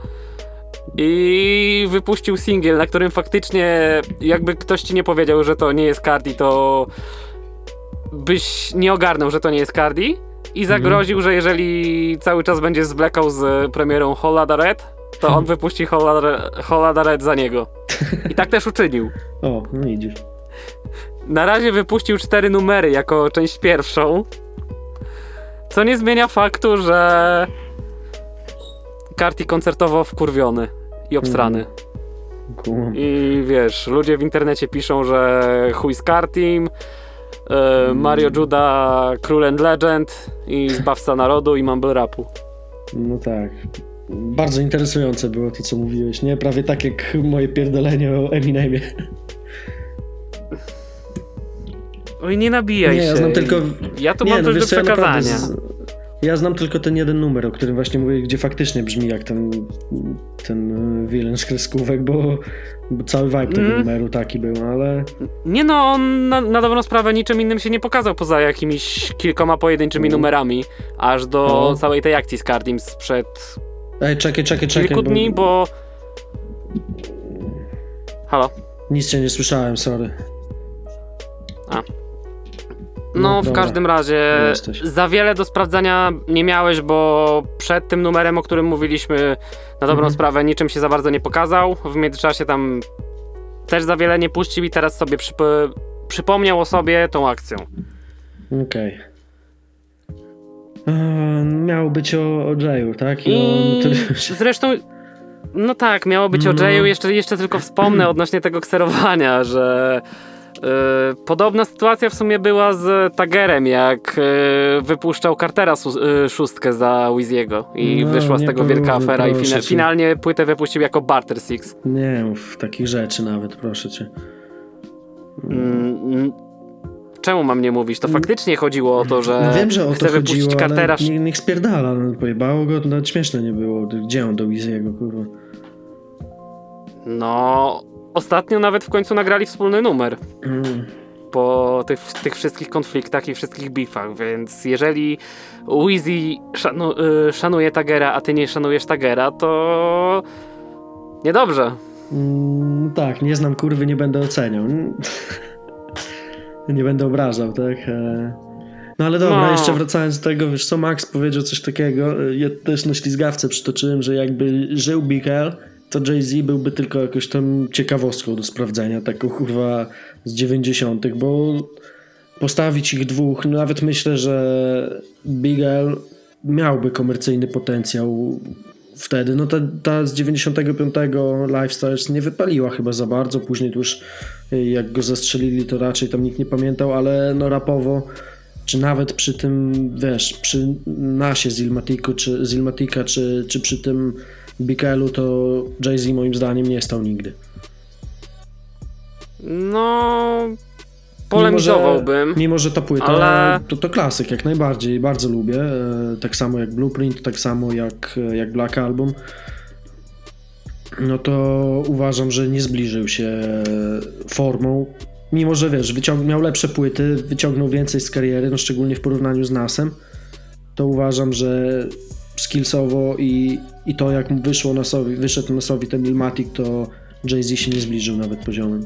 i wypuścił singiel, na którym faktycznie jakby ktoś ci nie powiedział, że to nie jest Cardi, to byś nie ogarnął, że to nie jest Cardi i zagroził, że jeżeli cały czas będzie zwlekał z premierą Holla Red, to on wypuści Holla Red za niego. I tak też uczynił. O, no idziesz. Na razie wypuścił 4 numery jako część pierwszą, co nie zmienia faktu, że Carti koncertowo wkurwiony i obstrany. Kumam. I wiesz, ludzie w internecie piszą, że chuj z Cartim, Mario Juda, Król and Legend i zbawca narodu i mumble rapu. No tak. Bardzo interesujące było to, co mówiłeś, nie? Prawie tak jak moje pierdolenie o Eminemie. Oj, nie nabijaj się. Ja znam tylko... Ja tu mam coś do przekazania. Ja znam tylko ten jeden numer, o którym właśnie mówię, gdzie faktycznie brzmi jak ten villain z kreskówek, bo cały vibe tego numeru taki był, ale... Nie no, on na dobrą sprawę niczym innym się nie pokazał poza jakimiś kilkoma pojedynczymi numerami, aż do całej tej akcji z Cardim sprzed Ej, czekaj. kilku dni, bo... Halo? Nic cię nie słyszałem, sorry. No, w dobra. każdym razie za wiele do sprawdzania nie miałeś, bo przed tym numerem, o którym mówiliśmy, na dobrą sprawę niczym się za bardzo nie pokazał. W międzyczasie tam też za wiele nie puścił i teraz sobie przypomniał o sobie tą akcją. Okej. Miało być o Jayu, tak? Zresztą, no tak, miało być o Jayu. Jeszcze tylko wspomnę odnośnie tego kserowania, że podobna sytuacja w sumie była z Tagerem, jak wypuszczał Cartera szóstkę za Wiziego i wyszła z tego wielka afera i finalnie płytę wypuścił jako Barter Six. Nie mów takich rzeczy nawet, proszę cię. Czemu mam nie mówić? To faktycznie chodziło o to, że no wiem, że o chce to wypuścić chodziło, Cartera. Ale niech spierdala, no, pojebało go, nawet śmieszne nie było. Gdzie on do Wiziego, kurwa? No, ostatnio nawet w końcu nagrali wspólny numer. Po tych wszystkich konfliktach i wszystkich beefach, więc jeżeli Wizzy szanuje Tagera, a ty nie szanujesz Tagera, to niedobrze. Tak, nie znam kurwy, nie będę oceniał. Nie będę obrażał, tak? No ale dobra, jeszcze wracając do tego, wiesz co, Max powiedział coś takiego, ja też na ślizgawce przytoczyłem, że jakby żył Big L, to Jay-Z byłby tylko jakąś tam ciekawostką do sprawdzenia, taką kurwa z 90., bo postawić ich dwóch, nawet myślę, że Big L miałby komercyjny potencjał wtedy. No ta z 95 Lifestyles nie wypaliła chyba za bardzo, później to już jak go zastrzelili, to raczej tam nikt nie pamiętał, ale no rapowo, czy nawet przy tym, wiesz, przy Nasie z Illmatica, czy przy tym Big L-u, to Jay-Z moim zdaniem nie stał nigdy. No, polemizowałbym. Mimo, że ta płyta ale... to klasyk jak najbardziej, bardzo lubię. Tak samo jak Blueprint, tak samo jak Black Album. No to uważam, że nie zbliżył się formą. Mimo, że wiesz, miał lepsze płyty, wyciągnął więcej z kariery, no szczególnie w porównaniu z Nasem, to uważam, że skillsowo i to jak wyszedł Nasowi ten Illmatic, to Jay-Z się nie zbliżył nawet poziomem.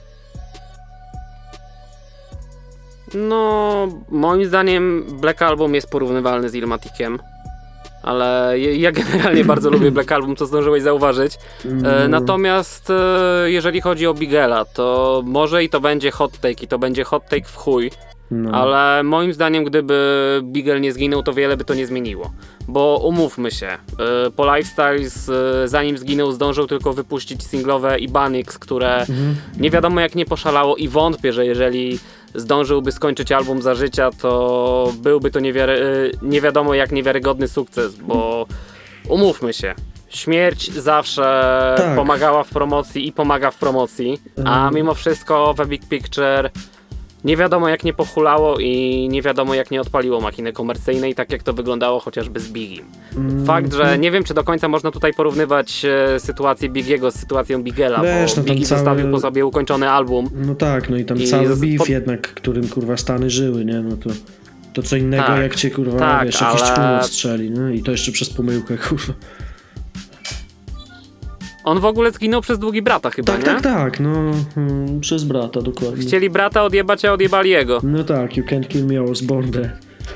No, moim zdaniem Black Album jest porównywalny z Illmaticiem, ale ja generalnie bardzo lubię Black Album, co zdążyłeś zauważyć. Natomiast jeżeli chodzi o Bigela, to może i to będzie hot take, i to będzie hot take w chuj, ale moim zdaniem gdyby Bigel nie zginął, to wiele by to nie zmieniło. Bo umówmy się, po Lifestyles zanim zginął zdążył tylko wypuścić singlowe Ibanix, które nie wiadomo jak nie poszalało i wątpię, że jeżeli zdążyłby skończyć album za życia, to byłby to nie wiadomo jak niewiarygodny sukces, bo umówmy się, śmierć zawsze Tak. pomagała w promocji i pomaga w promocji, a mimo wszystko The Big Picture nie wiadomo jak nie pochulało i nie wiadomo jak nie odpaliło machiny komercyjnej, tak jak to wyglądało chociażby z Biggiem. Fakt, że nie wiem czy do końca można tutaj porównywać sytuację Biggiego z sytuacją Biggela, Wiesz, bo no tam Biggie cały- zostawił po sobie ukończony album. No tak, no i tam I cały z- beef po- jednak, którym kurwa Stany żyły, nie? No to co innego Tak, jak cię kurwa, tak, wiesz, jakiś ale- człon odstrzeli, no i to jeszcze przez pomyłkę, kurwa. On w ogóle zginął przez Długi Brata chyba, Tak, nie? tak, tak, no przez brata dokładnie. Chcieli brata odjebać, a odjebali jego. No tak, you can't kill me, I was born dead.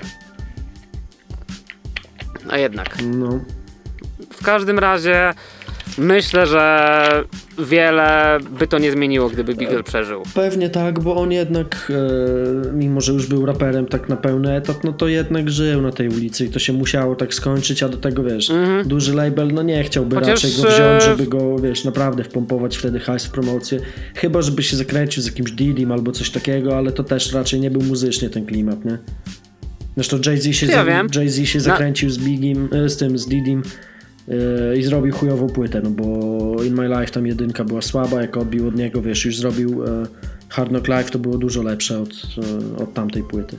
A jednak. No. W każdym razie myślę, że wiele by to nie zmieniło, gdyby Bigel przeżył. Pewnie tak, bo on jednak, mimo że już był raperem tak na pełny etat, no to jednak żył na tej ulicy i to się musiało tak skończyć, a do tego wiesz, duży label no nie chciałby Chociaż, raczej go wziąć, żeby go wiesz, naprawdę wpompować wtedy hajs w promocję. Chyba, żeby się zakręcił z jakimś Didim albo coś takiego, ale to też raczej nie był muzycznie ten klimat, nie? Zresztą Ja wiem. Jay-Z się zakręcił z Bigim, z Didim i zrobił chujową płytę, no bo In My Life tam jedynka była słaba, jak odbił od niego, wiesz, już zrobił Hard Knock Life, to było dużo lepsze od tamtej płyty.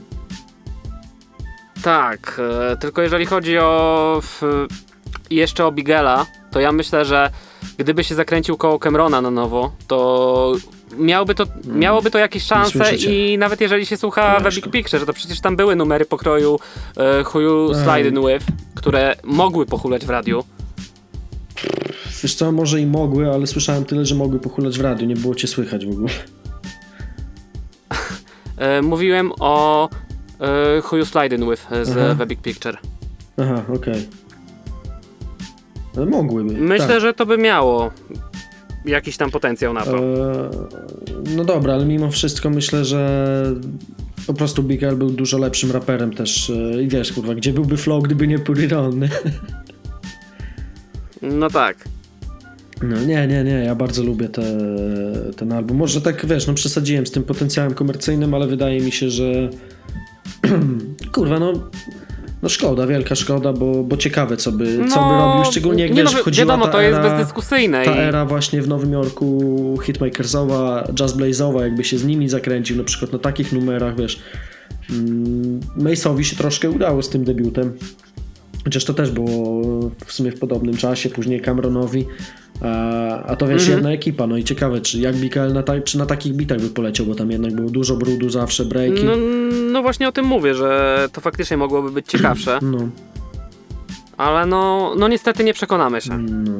Tak, tylko jeżeli chodzi jeszcze o Bigela, to ja myślę, że gdyby się zakręcił koło Camerona na nowo, to miałoby to jakieś szanse słyszę cię. i nawet jeżeli się słucha The Big Picture, to przecież tam były numery pokroju Who You Sliding With, które mogły pochulać w radiu. Wiesz co, może i mogły, ale słyszałem tyle, że mogły pochulać w radiu, nie było cię słychać w ogóle. Mówiłem o Who You Sliding With z Aha. The Big Picture. Aha, okej. Ale mogłyby. Myślę, tak. że to by miało jakiś tam potencjał na to. No dobra, ale mimo wszystko myślę, że po prostu Big L był dużo lepszym raperem też. I wiesz, kurwa, gdzie byłby flow, gdyby nie Put It On? No tak. No nie, ja bardzo lubię ten album. Może tak, wiesz, no przesadziłem z tym potencjałem komercyjnym, ale wydaje mi się, że kurwa, no szkoda, wielka szkoda, bo ciekawe co by robił, szczególnie jak nie, wiesz, no, wchodziła wiadomo, ta to jest era, bezdyskusyjne. ta i- era właśnie w Nowym Jorku hitmakersowa, jazzblazowa, jakby się z nimi zakręcił, na przykład na takich numerach, wiesz. Mace'owi się troszkę udało z tym debiutem. Chociaż to też było w sumie w podobnym czasie, później Cameronowi, a to wiesz, jedna ekipa, no i ciekawe, czy jak Bigel czy na takich bitach by poleciał, bo tam jednak było dużo brudu, zawsze breaki. No właśnie o tym mówię, że to faktycznie mogłoby być ciekawsze, No. ale no niestety nie przekonamy się. No,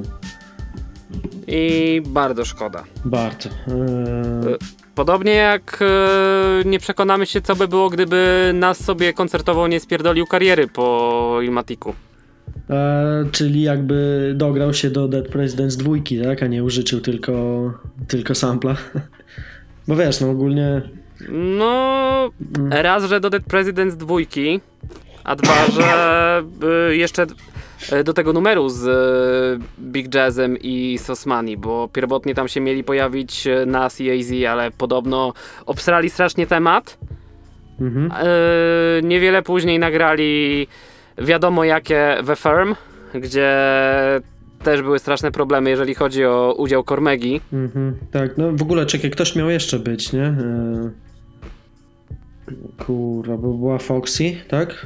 I bardzo szkoda. bardzo. Podobnie jak nie przekonamy się, co by było, gdyby nas sobie koncertowo nie spierdolił kariery po Illmaticu. Czyli jakby dograł się do Dead Presidents 2, tak? A nie użyczył tylko sampla. Bo wiesz, no ogólnie No, raz, że do Dead Presidents 2, a dwa, że jeszcze do tego numeru z Big Jazzem i Sosmani, bo pierwotnie tam się mieli pojawić Nas i AZ, ale podobno obsrali strasznie temat. Niewiele później nagrali wiadomo jakie The Firm, gdzie też były straszne problemy, jeżeli chodzi o udział Cormegi. tak, no w ogóle czekaj, ktoś miał jeszcze być, nie? Kurwa, bo była Foxy, tak?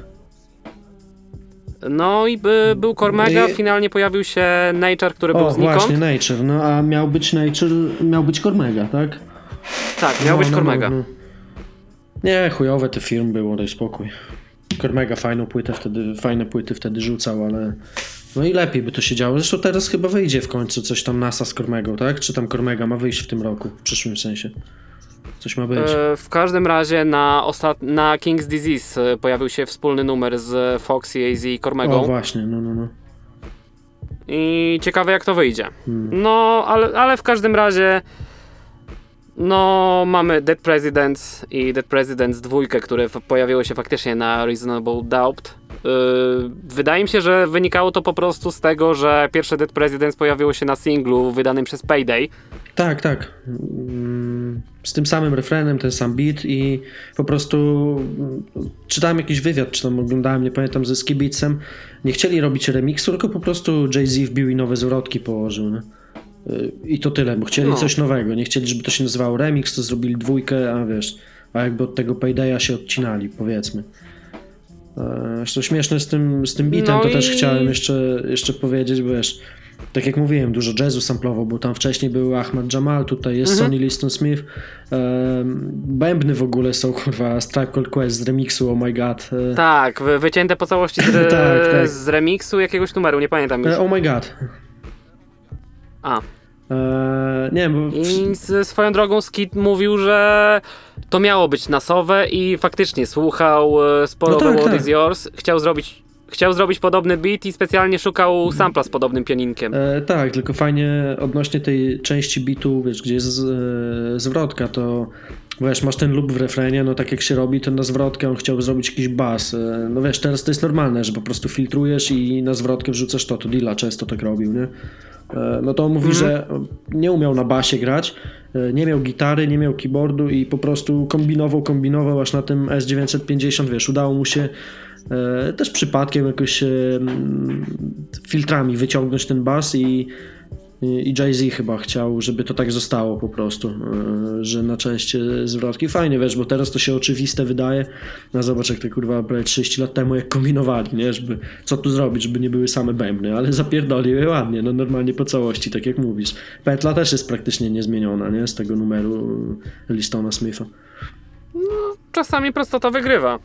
No i był Cormega, finalnie pojawił się Nature, który był znikąd. Właśnie, Nature, no a miał być Cormega, tak? Tak, miał być Cormega. No. Nie, chujowe te firmy było, daj spokój. Cormega fajne płyty wtedy rzucał, ale no i lepiej by to się działo. Zresztą teraz chyba wyjdzie w końcu coś tam NASA z Cormegą, tak? Czy tam Cormega ma wyjść w tym roku, w przyszłym sensie? Coś ma być. W każdym razie na King's Disease pojawił się wspólny numer z Foxy, AZ i Cormegą. O właśnie, no. I ciekawe jak to wyjdzie. No, ale w każdym razie no mamy Dead Presidents i Dead Presidents 2, które pojawiły się faktycznie na Reasonable Doubt. Wydaje mi się, że wynikało to po prostu z tego, że pierwsze Dead Presidents pojawiło się na singlu wydanym przez Payday. Tak. z tym samym refrenem, ten sam beat i po prostu czytałem jakiś wywiad, czy tam oglądałem, nie pamiętam, ze Skibicem. Nie chcieli robić remiksu, tylko po prostu Jay-Z wbił i nowe zwrotki położył, nie? I to tyle, bo chcieli coś nowego. Nie chcieli, żeby to się nazywało remix, to zrobili dwójkę, a wiesz, a jakby od tego Paydaya się odcinali, powiedzmy. Zresztą śmieszne z tym beatem, to też chciałem jeszcze powiedzieć, bo wiesz, tak jak mówiłem, dużo jazzu samplował, bo tam wcześniej był Ahmad Jamal, tutaj jest Sonny Liston Smith. Bębny w ogóle są, kurwa, z Tribe Called Quest z remiksu Oh My God. Tak, wycięte po całości tak. z remiksu jakiegoś numeru, nie pamiętam już. Oh My God. A. Nie, bo... I swoją drogą Skid mówił, że to miało być nasowe i faktycznie słuchał sporo The World Is Yours, chciał zrobić podobny beat i specjalnie szukał sampla z podobnym pianinkiem. Tak, tylko fajnie odnośnie tej części beatu, wiesz, gdzie jest zwrotka, to wiesz, masz ten loop w refrenie, no tak jak się robi, to na zwrotkę on chciał zrobić jakiś bas. No wiesz, teraz to jest normalne, że po prostu filtrujesz i na zwrotkę wrzucasz to Dilla często tak robił, nie? No to on mówi, że nie umiał na basie grać, nie miał gitary, nie miał keyboardu i po prostu kombinował aż na tym S950, wiesz, udało mu się też przypadkiem jakoś filtrami wyciągnąć ten bas i Jay-Z chyba chciał, żeby to tak zostało po prostu, że na części zwrotki. Fajnie, wiesz, bo teraz to się oczywiste wydaje. No zobacz, jak to kurwa prawie 30 lat temu jak kombinowali, nie? Żeby, co tu zrobić, żeby nie były same bębny, ale zapierdolił je ładnie, no normalnie po całości, tak jak mówisz. Petla też jest praktycznie niezmieniona, nie? Z tego numeru Listona Smitha. No, czasami prostota wygrywa.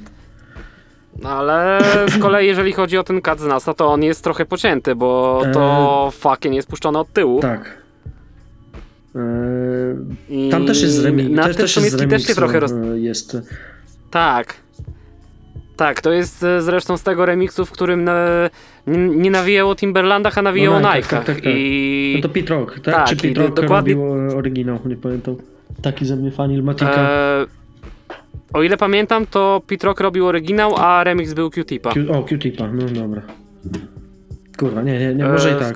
Ale z kolei jeżeli chodzi o ten cut z NASA, to on jest trochę pocięty, bo to fucking jest puszczone od tyłu. Tak. Tam też jest z remiksu. Też się trochę jest. Tak, to jest zresztą z tego remiksu, w którym nie nawijało o Timberlandach, a nawijało o Nike'ach. Tak. No to Pete Rock, tak? Tak, czy Pete Rock dokładnie... robił oryginał, nie pamiętam. Taki ze mnie fan Illmatica. O ile pamiętam, to Pete Rock robił oryginał, a remix był Q-Tipa. Q-Tipa, no dobra. Kurwa, nie, może i tak.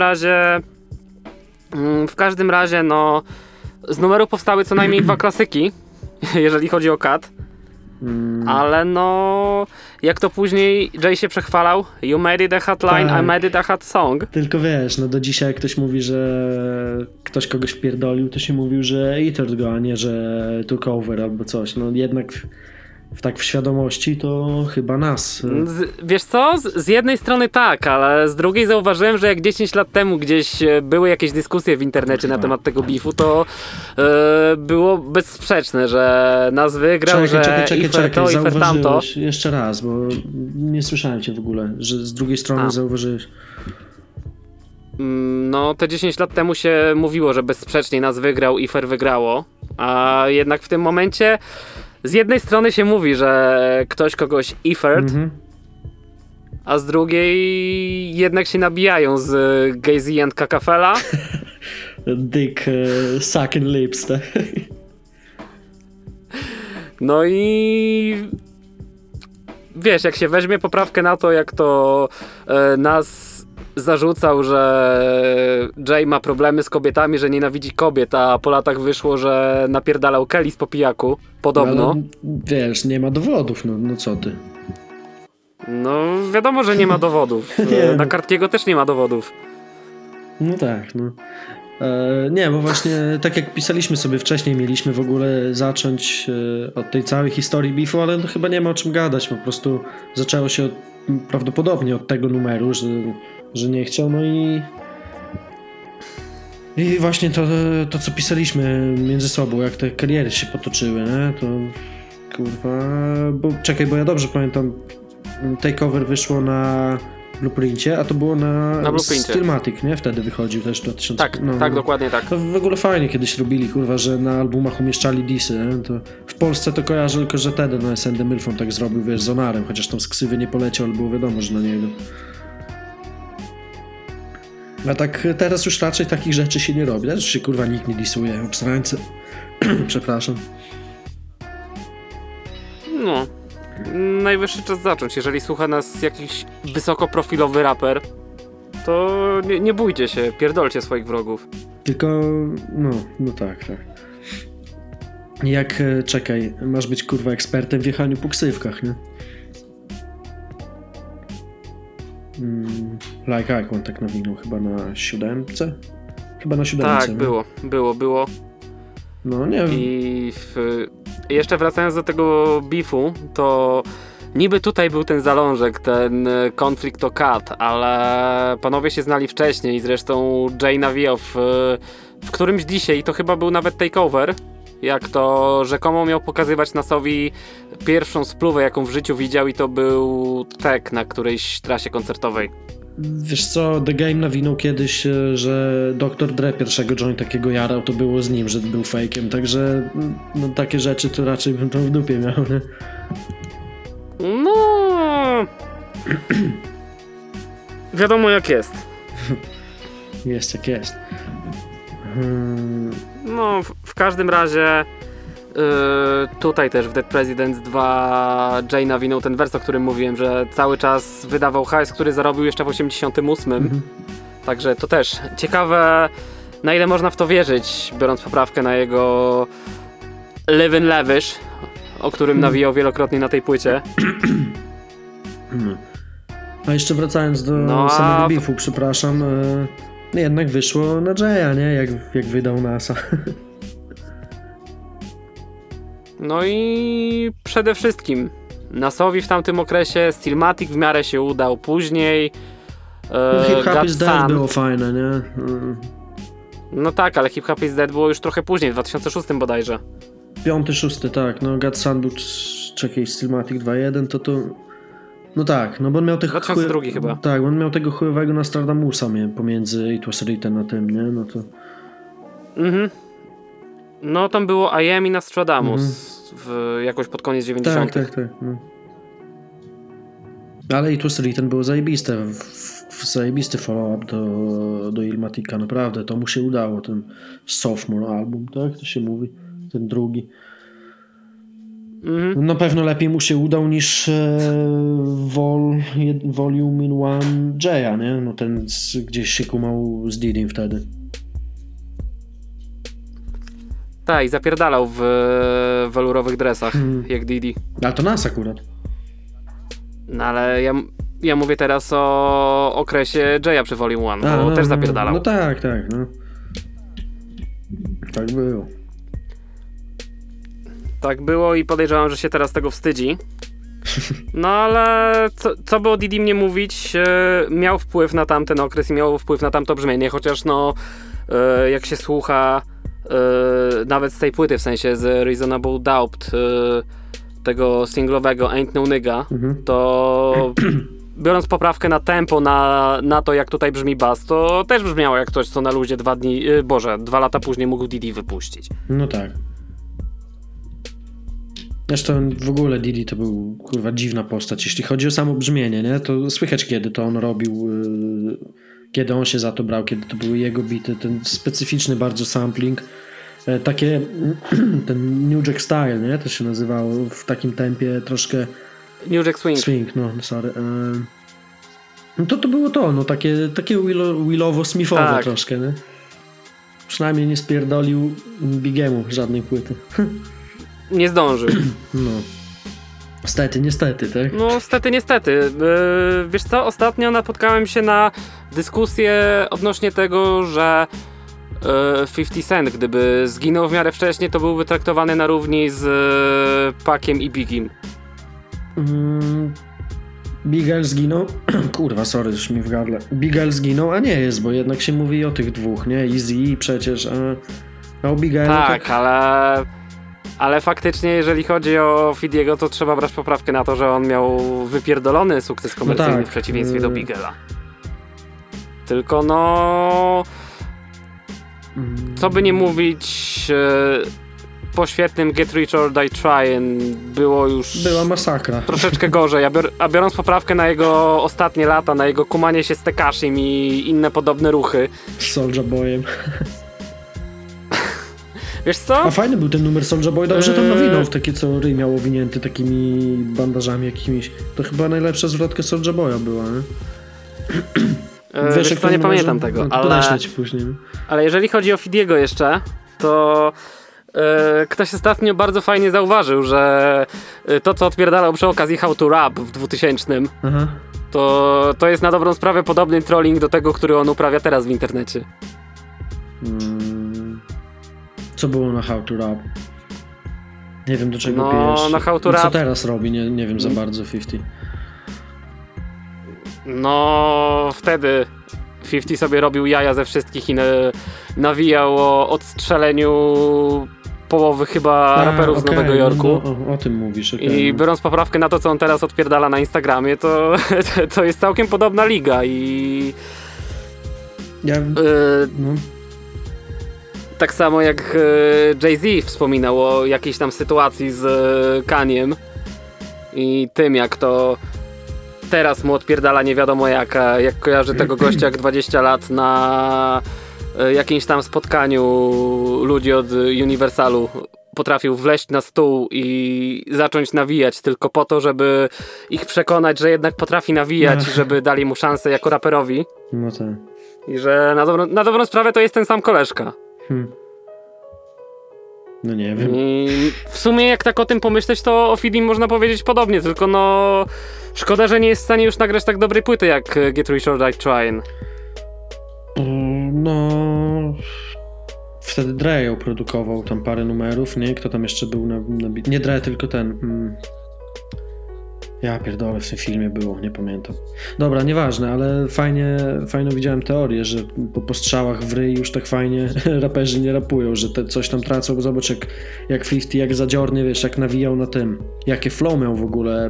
W każdym razie, no, z numeru powstały co najmniej 2 klasyki, jeżeli chodzi o cut. Ale no, jak to później Jay się przechwalał, you made it a hot line, I made it a hot song. Tylko wiesz, no do dzisiaj jak ktoś mówi, że ktoś kogoś wpierdolił, to się mówił, że Eater go, a nie, że took over albo coś. No jednak w świadomości to chyba nas. Wiesz co? Z jednej strony tak, ale z drugiej zauważyłem, że jak 10 lat temu gdzieś były jakieś dyskusje w internecie na temat tego beefu, to było bezsprzeczne, że nas wygrał, czekaj, Ifer to, Ifer tamto. Jeszcze raz, bo nie słyszałem cię w ogóle, że z drugiej strony zauważyłeś. No, te 10 lat temu się mówiło, że bezsprzecznie nas wygrał, Ifer wygrało, a jednak w tym momencie z jednej strony się mówi, że ktoś kogoś Ifert, a z drugiej jednak się nabijają z Gay-Z and Kakafela. Dick sucking lips, tak? No i wiesz, jak się weźmie poprawkę na to, jak to nas zarzucał, że Jay ma problemy z kobietami, że nienawidzi kobiet, a po latach wyszło, że napierdalał Kelly z popijaku, podobno. Ale, wiesz, nie ma dowodów, no co ty? No wiadomo, że nie ma dowodów. Na Cartiego też nie ma dowodów. No tak, no. Nie, bo właśnie tak jak pisaliśmy sobie wcześniej, mieliśmy w ogóle zacząć od tej całej historii beefu, ale no chyba nie ma o czym gadać, po prostu zaczęło się prawdopodobnie od tego numeru, że nie chciał, no i właśnie to co pisaliśmy między sobą, jak te kariery się potoczyły, nie? To kurwa, bo ja dobrze pamiętam, Takeover wyszło na Blueprincie, a to było na Stillmatic, nie? Wtedy wychodził też 2000. Tak, dokładnie tak. To w ogóle fajnie kiedyś robili, kurwa, że na albumach umieszczali disy, nie? To w Polsce to kojarzę tylko, że Tedy na SND Milfon tak zrobił, wiesz, z Onarem, chociaż tam z ksywy nie poleciał, ale było wiadomo, że na niego. A tak teraz już raczej takich rzeczy się nie robi. Teraz już się kurwa nikt nie disuje, obsrańcy. Przepraszam. No. Najwyższy czas zacząć. Jeżeli słucha nas jakiś wysokoprofilowy raper, to nie bójcie się, pierdolcie swoich wrogów. Tylko, no tak. Jak, czekaj, masz być kurwa ekspertem w jechaniu po ksywkach, nie? Like Icon tak nawinął chyba na 7? Chyba na 7. Tak, nie? było. No nie wiem. I jeszcze wracając do tego beefu, to niby tutaj był ten zalążek, ten konflikt o Kat, ale panowie się znali wcześniej, zresztą Jay nawijał w którymś dzisiaj, to chyba był nawet takeover, jak to rzekomo miał pokazywać Nasowi pierwszą spluwę, jaką w życiu widział, i to był tek na którejś trasie koncertowej. Wiesz co, The Game nawinął kiedyś, że Dr. Dre pierwszego joint takiego jarał, to było z nim, że był fejkiem, także no, takie rzeczy to raczej bym tam w dupie miał, nie? No... Wiadomo jak jest. Jest jak jest. No, w każdym razie tutaj też w Dead Presidents 2 Jay nawinął ten wers, o którym mówiłem, że cały czas wydawał hajs, który zarobił jeszcze w 88. Także to też ciekawe, na ile można w to wierzyć, biorąc poprawkę na jego Livin' Lavish, o którym nawijał wielokrotnie na tej płycie. A jeszcze wracając do samego beefu, przepraszam, jednak wyszło na Jaya, nie? Jak wydał NASA. No i przede wszystkim Nasowi w tamtym okresie, Stillmatic w miarę się udał później. Hip Hop is Dead było fajne, nie? No tak, ale Hip Hop is Dead było już trochę później, w 2006 bodajże. 5., 6, tak, no God Sun był, czekaj, Stillmatic 2.1, to no tak, no bo on miał tych 2002 chyba. Tak, on miał tego chujowego Nostradamusa pomiędzy It Was Written na tym, nie? No to... No tam było I Am i Nostradamus jakoś pod koniec 90. Tak. No. Ale It Was Written było zajebiste, zajebisty follow-up do Illmatica, naprawdę, to mu się udało, ten sophomore album, tak? To się mówi, ten drugi. Na pewno lepiej mu się udał niż Volume 1 Jaya, nie? No ten gdzieś się kumał z Didim wtedy. Tak, i zapierdalał w welurowych dresach, jak Didi. Ale to nas akurat. No ale ja mówię teraz o okresie Jaya przy Volume 1, bo też zapierdalał. No tak, no. Tak było. Tak było i podejrzewam, że się teraz tego wstydzi. No ale co by o Didim nie mówić, miał wpływ na tamten okres i miał wpływ na tamto brzmienie, chociaż no jak się słucha nawet z tej płyty, w sensie z Reasonable Doubt, tego singlowego Ain't No Nigga, to biorąc poprawkę na tempo, na to jak tutaj brzmi bass, to też brzmiało jak coś, co na luzie 2 lata później mógł Didi wypuścić. No tak. Zresztą w ogóle Didi to był kurwa dziwna postać, jeśli chodzi o samo brzmienie, nie? To słychać kiedy to on robił, kiedy on się za to brał, kiedy to były jego bity, ten specyficzny bardzo sampling, takie ten New Jack Style, nie? To się nazywało w takim tempie troszkę New Jack Swing. Swing, no sorry. No to było to, no takie Willowo-Smithowe tak. Troszkę, nie? Przynajmniej nie spierdolił Bigemu żadnej płyty. Nie zdążył. No. Niestety, tak? No, niestety. Wiesz co, ostatnio napotkałem się na dyskusję odnośnie tego, że 50 Cent, gdyby zginął w miarę wcześniej, to byłby traktowany na równi z Paciem i Bigiem. Big L zginął? Kurwa, sorry, już mi w gardle. Big L zginął, a nie jest, bo jednak się mówi o tych dwóch, nie? Eazy przecież, a o Big L... Tak, ale faktycznie, jeżeli chodzi o Fidiego, to trzeba brać poprawkę na to, że on miał wypierdolony sukces komercyjny no tak. w przeciwieństwie do Bigela. Tylko no... Co by nie mówić, po świetnym Get Rich or Die Tryin' była masakra. Troszeczkę gorzej, a biorąc poprawkę na jego ostatnie lata, na jego kumanie się z Tekashim i inne podobne ruchy. Z Soulja Boyem. Wiesz co? A fajny był ten numer Soulja Boy, dobrze tam nawinął w takie, co ryj miał owinięty takimi bandażami jakimiś. To chyba najlepsza zwrotka Soulja Boya była, nie? Wiesz, nie pamiętam tego, ale... Podeślę ci później. Ale jeżeli chodzi o Fidiego jeszcze, to ktoś ostatnio bardzo fajnie zauważył, że to, co odpierdalał przy okazji How to Rap w 2000, Aha. to jest na dobrą sprawę podobny trolling do tego, który on uprawia teraz w internecie. Co było na How to Rap? Nie wiem, do czego No, pijesz. na How to I co Rap... teraz robi? Nie wiem za bardzo 50. No, wtedy 50 sobie robił jaja ze wszystkich i nawijał o odstrzeleniu połowy chyba raperów z Nowego Jorku. No, o tym mówisz, I biorąc poprawkę na to, co on teraz odpierdala na Instagramie, to jest całkiem podobna liga i... Tak samo jak Jay-Z wspominał o jakiejś tam sytuacji z Kaniem i tym, jak to teraz mu odpierdala nie wiadomo jak kojarzy tego gościa jak 20 lat na jakimś tam spotkaniu ludzi od Universalu potrafił wleźć na stół i zacząć nawijać tylko po to, żeby ich przekonać, że jednak potrafi nawijać, żeby dali mu szansę jako raperowi. No tak. I że na dobrą sprawę to jest ten sam koleżka. No nie wiem. I w sumie jak tak o tym pomyśleć, to o Fidim można powiedzieć podobnie, tylko no szkoda, że nie jest w stanie już nagrać tak dobrej płyty jak Get Rich or Die Trying. No... Wtedy Dre ją produkował, tam parę numerów, nie? Kto tam jeszcze był na nie Dre, tylko ten... Ja pierdolę, w tym filmie było, nie pamiętam. Dobra, nieważne, ale fajnie widziałem teorię, że po strzałach w ryj już tak fajnie raperzy nie rapują, że coś tam tracą, bo zobacz jak 50, jak Zadziorny, wiesz, jak nawijał na tym, jakie flow miał w ogóle.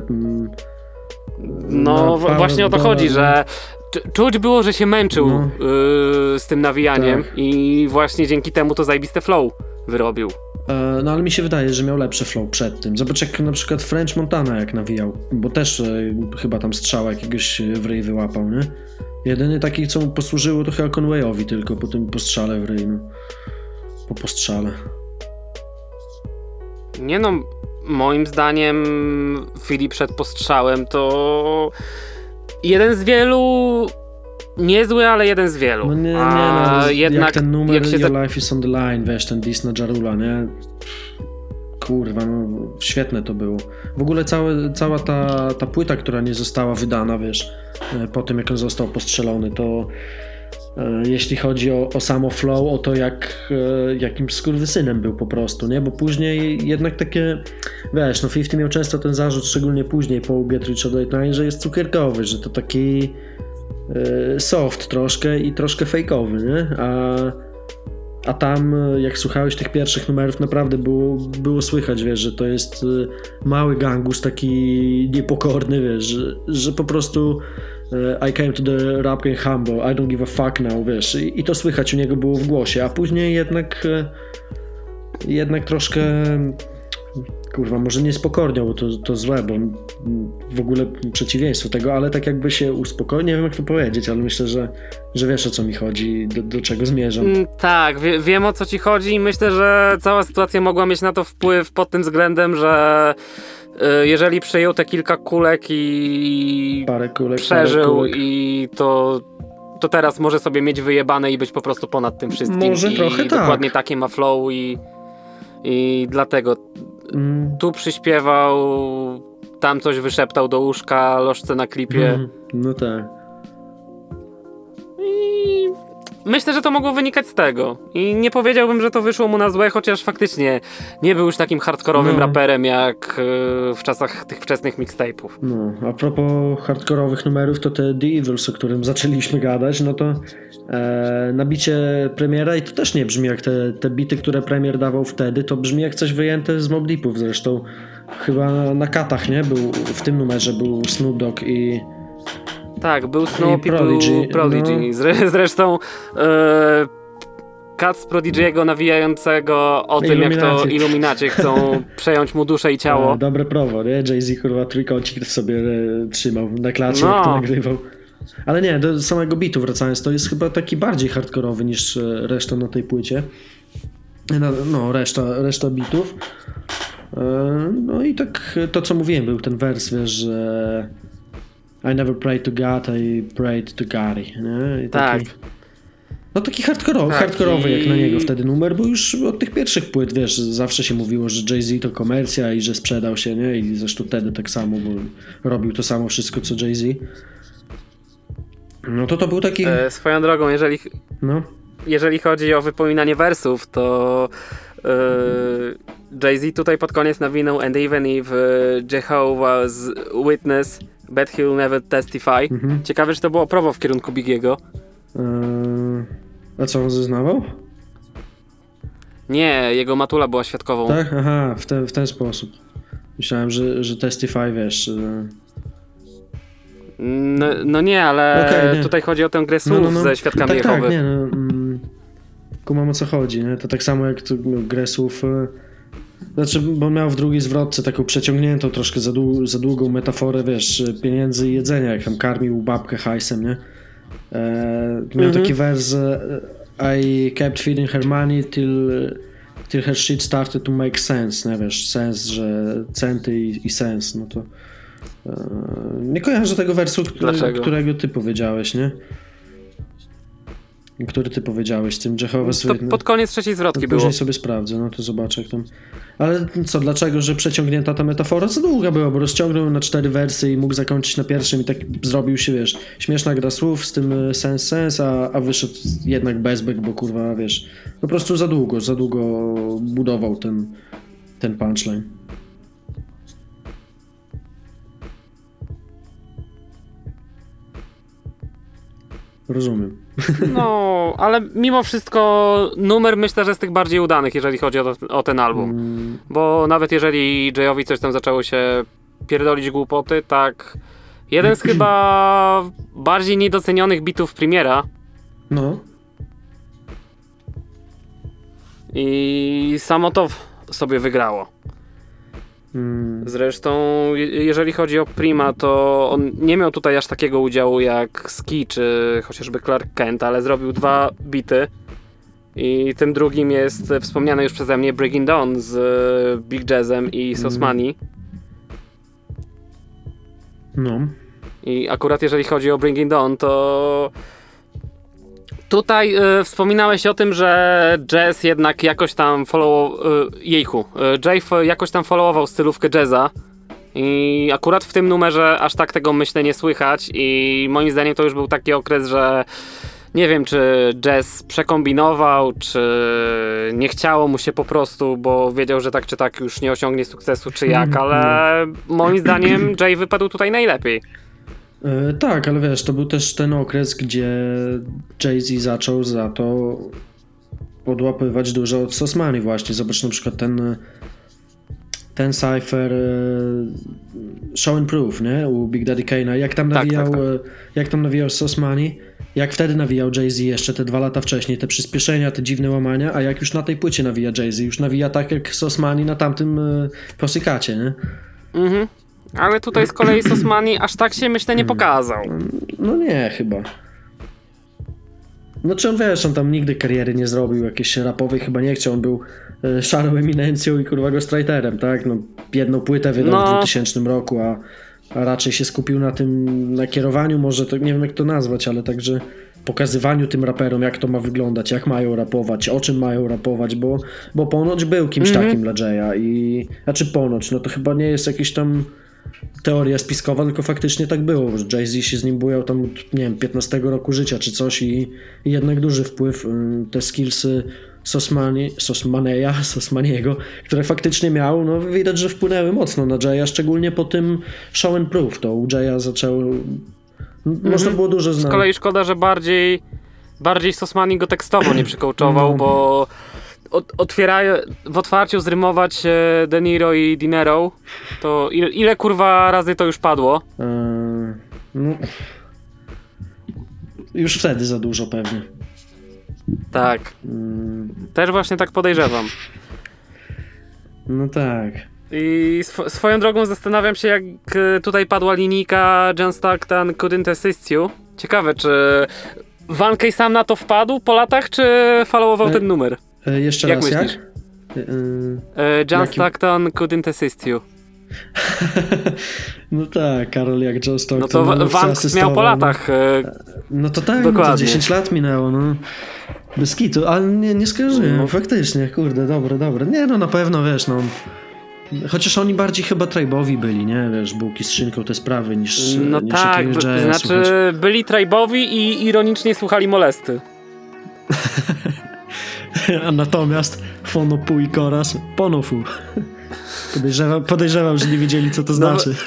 No właśnie o to chodzi, że czuć było, że się męczył z tym nawijaniem i właśnie dzięki temu to zajebiste flow wyrobił. No ale mi się wydaje, że miał lepszy flow przed tym. Zobacz jak na przykład French Montana jak nawijał, bo też chyba tam strzała jakiegoś w ryj wyłapał, nie? Jedyny taki, co mu posłużyło, to chyba Conwayowi tylko po tym postrzale w ryj, no. Po postrzale. Nie no, moim zdaniem Filip przed postrzałem to jeden z wielu, niezły, ale jeden z wielu. No nie, jednak jak ten numer Your Life is on the Line, wiesz, ten diss na Ja Rula, nie? Kurwa, no świetne to było. W ogóle cała ta płyta, która nie została wydana, wiesz, po tym jak on został postrzelony, to jeśli chodzi o samo flow, o to jakim skurwysynem był po prostu, nie? Bo później jednak takie, wiesz, no 50 miał często ten zarzut, szczególnie później po Get Rich or Die Trying, że jest cukierkowy, że to taki soft troszkę i troszkę fejkowy, nie? A tam, jak słuchałeś tych pierwszych numerów, naprawdę było słychać, wiesz, że to jest mały gangus, taki niepokorny, wiesz, że po prostu I came to the rap game humble, I don't give a fuck now, wiesz, i to słychać u niego było w głosie, a później jednak troszkę, kurwa, może nie spokorniał, bo to złe, bo w ogóle przeciwieństwo tego, ale tak jakby się uspokoił, nie wiem jak to powiedzieć, ale myślę, że wiesz o co mi chodzi, do czego zmierzam. Tak, wiem o co ci chodzi i myślę, że cała sytuacja mogła mieć na to wpływ pod tym względem, że jeżeli przyjął te kilka kulek i parę kulek, przeżył i to teraz może sobie mieć wyjebane i być po prostu ponad tym wszystkim. Może trochę tak. Dokładnie takie ma flow i dlatego tu przyśpiewał, tam coś wyszeptał do łóżka lożce na klipie. No tak. I myślę, że to mogło wynikać z tego. I nie powiedziałbym, że to wyszło mu na złe, chociaż faktycznie nie był już takim hardkorowym raperem jak w czasach tych wczesnych mixtape'ów. No, a propos hardkorowych numerów, to te The Evils, o którym zaczęliśmy gadać, no to na bicie premiera, i to też nie brzmi jak te bity, które premier dawał wtedy, to brzmi jak coś wyjęte z Mobb Deepów. Zresztą chyba na Katach, nie? W tym numerze był Snoop Dogg i... Tak, był Snoop i Prodigy, był Prodigy. No. Zresztą Kat z Prodigy'ego nawijającego o tym, jak to Illuminaci chcą przejąć mu duszę i ciało. Dobre prowo, nie? Jay-Z kurwa trójkącik sobie trzymał na klacie, jak to nagrywał. Ale nie, do samego bitu wracając, to jest chyba taki bardziej hardkorowy niż reszta na tej płycie. No, reszta bitów. No i tak to, co mówiłem, był ten wers, wiesz, że I never prayed to God, I prayed to God. Nie? I tak. No taki hardkorowy jak na niego wtedy numer, bo już od tych pierwszych płyt, wiesz, zawsze się mówiło, że Jay-Z to komercja i że sprzedał się, nie? I zresztą wtedy tak samo, bo robił to samo wszystko co Jay-Z. No to był taki... Swoją drogą, jeżeli chodzi o wypominanie wersów, to Jay-Z tutaj pod koniec nawinął and even if Jehovah's Witness bet he'll never testify. Ciekawe, czy to było prowo w kierunku Biggiego. A co, on zeznawał? Nie, jego matula była świadkową. Tak? Aha, w ten sposób. Myślałem, że Testify, wiesz... No nie, ale okay, nie. Tutaj chodzi o tę grę słów ze świadkami Jehowy. Tak, nie, no, kumam o co chodzi, nie? To tak samo jak grę słów... Znaczy, bo miał w drugiej zwrotce taką przeciągniętą troszkę za długą metaforę, wiesz, pieniędzy i jedzenia, jak tam karmił babkę hajsem, nie? Miał taki wers I kept feeding her money till her shit started to make sense, nie? Wiesz, sens, że centy i sens, no to nie kojarzę tego wersu, którego ty powiedziałeś, nie? Który ty powiedziałeś, tym Jehovah's Witness. To pod koniec trzeciej zwrotki było. Później sobie sprawdzę, no to zobaczę jak tam. Ale co, dlaczego, że przeciągnięta ta metafora? Za długa była, bo rozciągnął na 4 wersy i mógł zakończyć na pierwszym i tak zrobił się, wiesz, śmieszna gra słów z tym sens, a wyszedł jednak bezbek, bo kurwa, wiesz, po prostu za długo budował ten punchline. Rozumiem. No, ale mimo wszystko numer myślę, że z tych bardziej udanych, jeżeli chodzi o ten album. Bo nawet jeżeli Jayowi coś tam zaczęło się pierdolić głupoty, tak jeden z chyba bardziej niedocenionych bitów Premiera. No. I samo to sobie wygrało. Zresztą, jeżeli chodzi o Prima, to on nie miał tutaj aż takiego udziału jak Ski czy chociażby Clark Kent, ale zrobił 2 bity i tym drugim jest wspomniany już przeze mnie Breaking Dawn z Big Jazzem i Sauce Money. No. I akurat jeżeli chodzi o Bringing Dawn, to tutaj wspominałeś o tym, że Jazz jednak jakoś tam Jay jakoś tam followował stylówkę jazza i akurat w tym numerze aż tak tego myślę nie słychać i moim zdaniem to już był taki okres, że nie wiem czy Jazz przekombinował, czy nie chciało mu się po prostu, bo wiedział, że tak czy tak już nie osiągnie sukcesu, czy jak, ale moim zdaniem Jay wypadł tutaj najlepiej. Tak, ale wiesz, to był też ten okres, gdzie Jay-Z zaczął za to podłapywać dużo od Sauce Money właśnie. Zobacz na przykład ten cypher Show and Proof, nie? U Big Daddy Kane'a. Jak tam nawijał Sauce Money, jak wtedy nawijał Jay-Z jeszcze te 2 lata wcześniej, te przyspieszenia, te dziwne łamania, a jak już na tej płycie nawija Jay-Z, już nawija tak jak Sauce Money na tamtym Pussycacie, nie? Ale tutaj z kolei Sauce Money aż tak się myślę nie pokazał. No nie, chyba. No czy on, wiesz, on tam nigdy kariery nie zrobił jakiejś rapowej, chyba nie chciał, on był szarą eminencją i kurwa ghostwriterem, tak? No jedną płytę wydał w 2000 roku, a raczej się skupił na tym, na kierowaniu może, to nie wiem jak to nazwać, ale także pokazywaniu tym raperom, jak to ma wyglądać, jak mają rapować, o czym mają rapować, bo ponoć był kimś takim dla Jaya i... Znaczy ponoć, no to chyba nie jest jakiś tam teoria spiskowa, tylko faktycznie tak było, że Jay-Z się z nim bujał tam od, nie wiem, 15 roku życia czy coś i jednak duży wpływ, te skillsy Sauce Money'ego, które faktycznie miał, no widać, że wpłynęły mocno na Jaya, szczególnie po tym Show and Proof, to u Jaya zaczęło... Można było dużo znać. Z kolei szkoda, że bardziej Sauce Money go tekstowo nie przykołczował, bo w otwarciu zrymować De Niro i Dinero, to ile kurwa razy to już padło? No, już wtedy za dużo pewnie. Tak. Też właśnie tak podejrzewam. No tak. I swoją drogą zastanawiam się, jak tutaj padła linijka John Stockton couldn't assist you. Ciekawe, czy Van Kay sam na to wpadł po latach, czy followował ten numer? Jeszcze jak raz, myślisz? jak? John Stockton couldn't assist you. No tak, Karol jak Joe Stockton. No to Vance miał po latach. No to tak, dokładnie. no to 10 lat minęło, no. Bez kitu, ale nie skojarzyłem, no. Faktycznie, kurde, dobre. Nie, no na pewno, wiesz, no. Chociaż oni bardziej chyba tribe'owi byli, nie? Wiesz, bułki z szynką, te sprawy, niż No niż tak, znaczy byli tribe'owi i ironicznie słuchali Molesty. A natomiast Fonopu i Koras Ponofu. Podejrzewam, że nie wiedzieli, co to znaczy.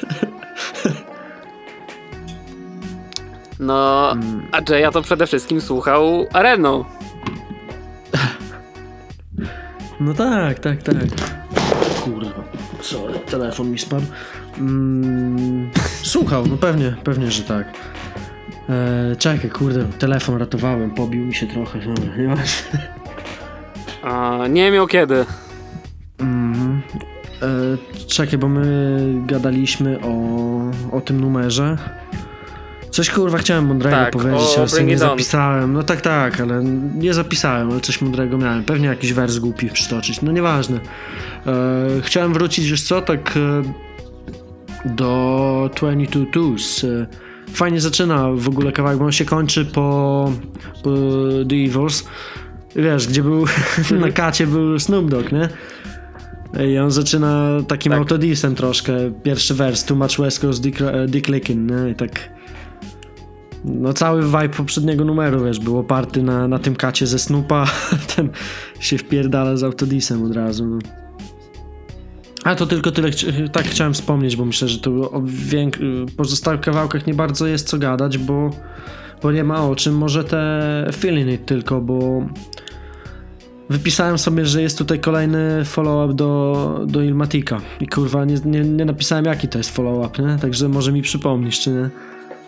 No, a Jaya to przede wszystkim słuchał Areno. No tak. Kurwa, sorry, telefon mi spadł. Słuchał, no pewnie, że tak. Czekaj, kurde, telefon ratowałem, pobił mi się trochę. Dobra, nie masz. Nie miał kiedy. Czekaj, bo my gadaliśmy o tym numerze. Coś kurwa chciałem mądrego powiedzieć, ale sobie nie zapisałem. No tak, ale nie zapisałem, ale coś mądrego miałem. Pewnie jakiś wers głupi przytoczyć, no nieważne. Chciałem wrócić, wiesz co, tak do 22 Twos. Fajnie zaczyna w ogóle kawałek, bo on się kończy po The Evils. Wiesz, gdzie był na kacie był Snoop Dogg, nie? I on zaczyna takim autodisem troszkę. Pierwszy wers, Too Much West Coast Dick Lickin', nie? I tak... No cały vibe poprzedniego numeru, wiesz, był oparty na tym kacie ze Snoopa, ten się wpierdala z autodisem od razu, no. A to tylko tyle, tak chciałem wspomnieć, bo myślę, że to o pozostałych kawałkach nie bardzo jest co gadać, bo nie ma o czym, może te Feeling It tylko, bo wypisałem sobie, że jest tutaj kolejny follow-up do Illmatica i kurwa nie napisałem jaki to jest follow-up, nie? Także może mi przypomnisz, czy nie?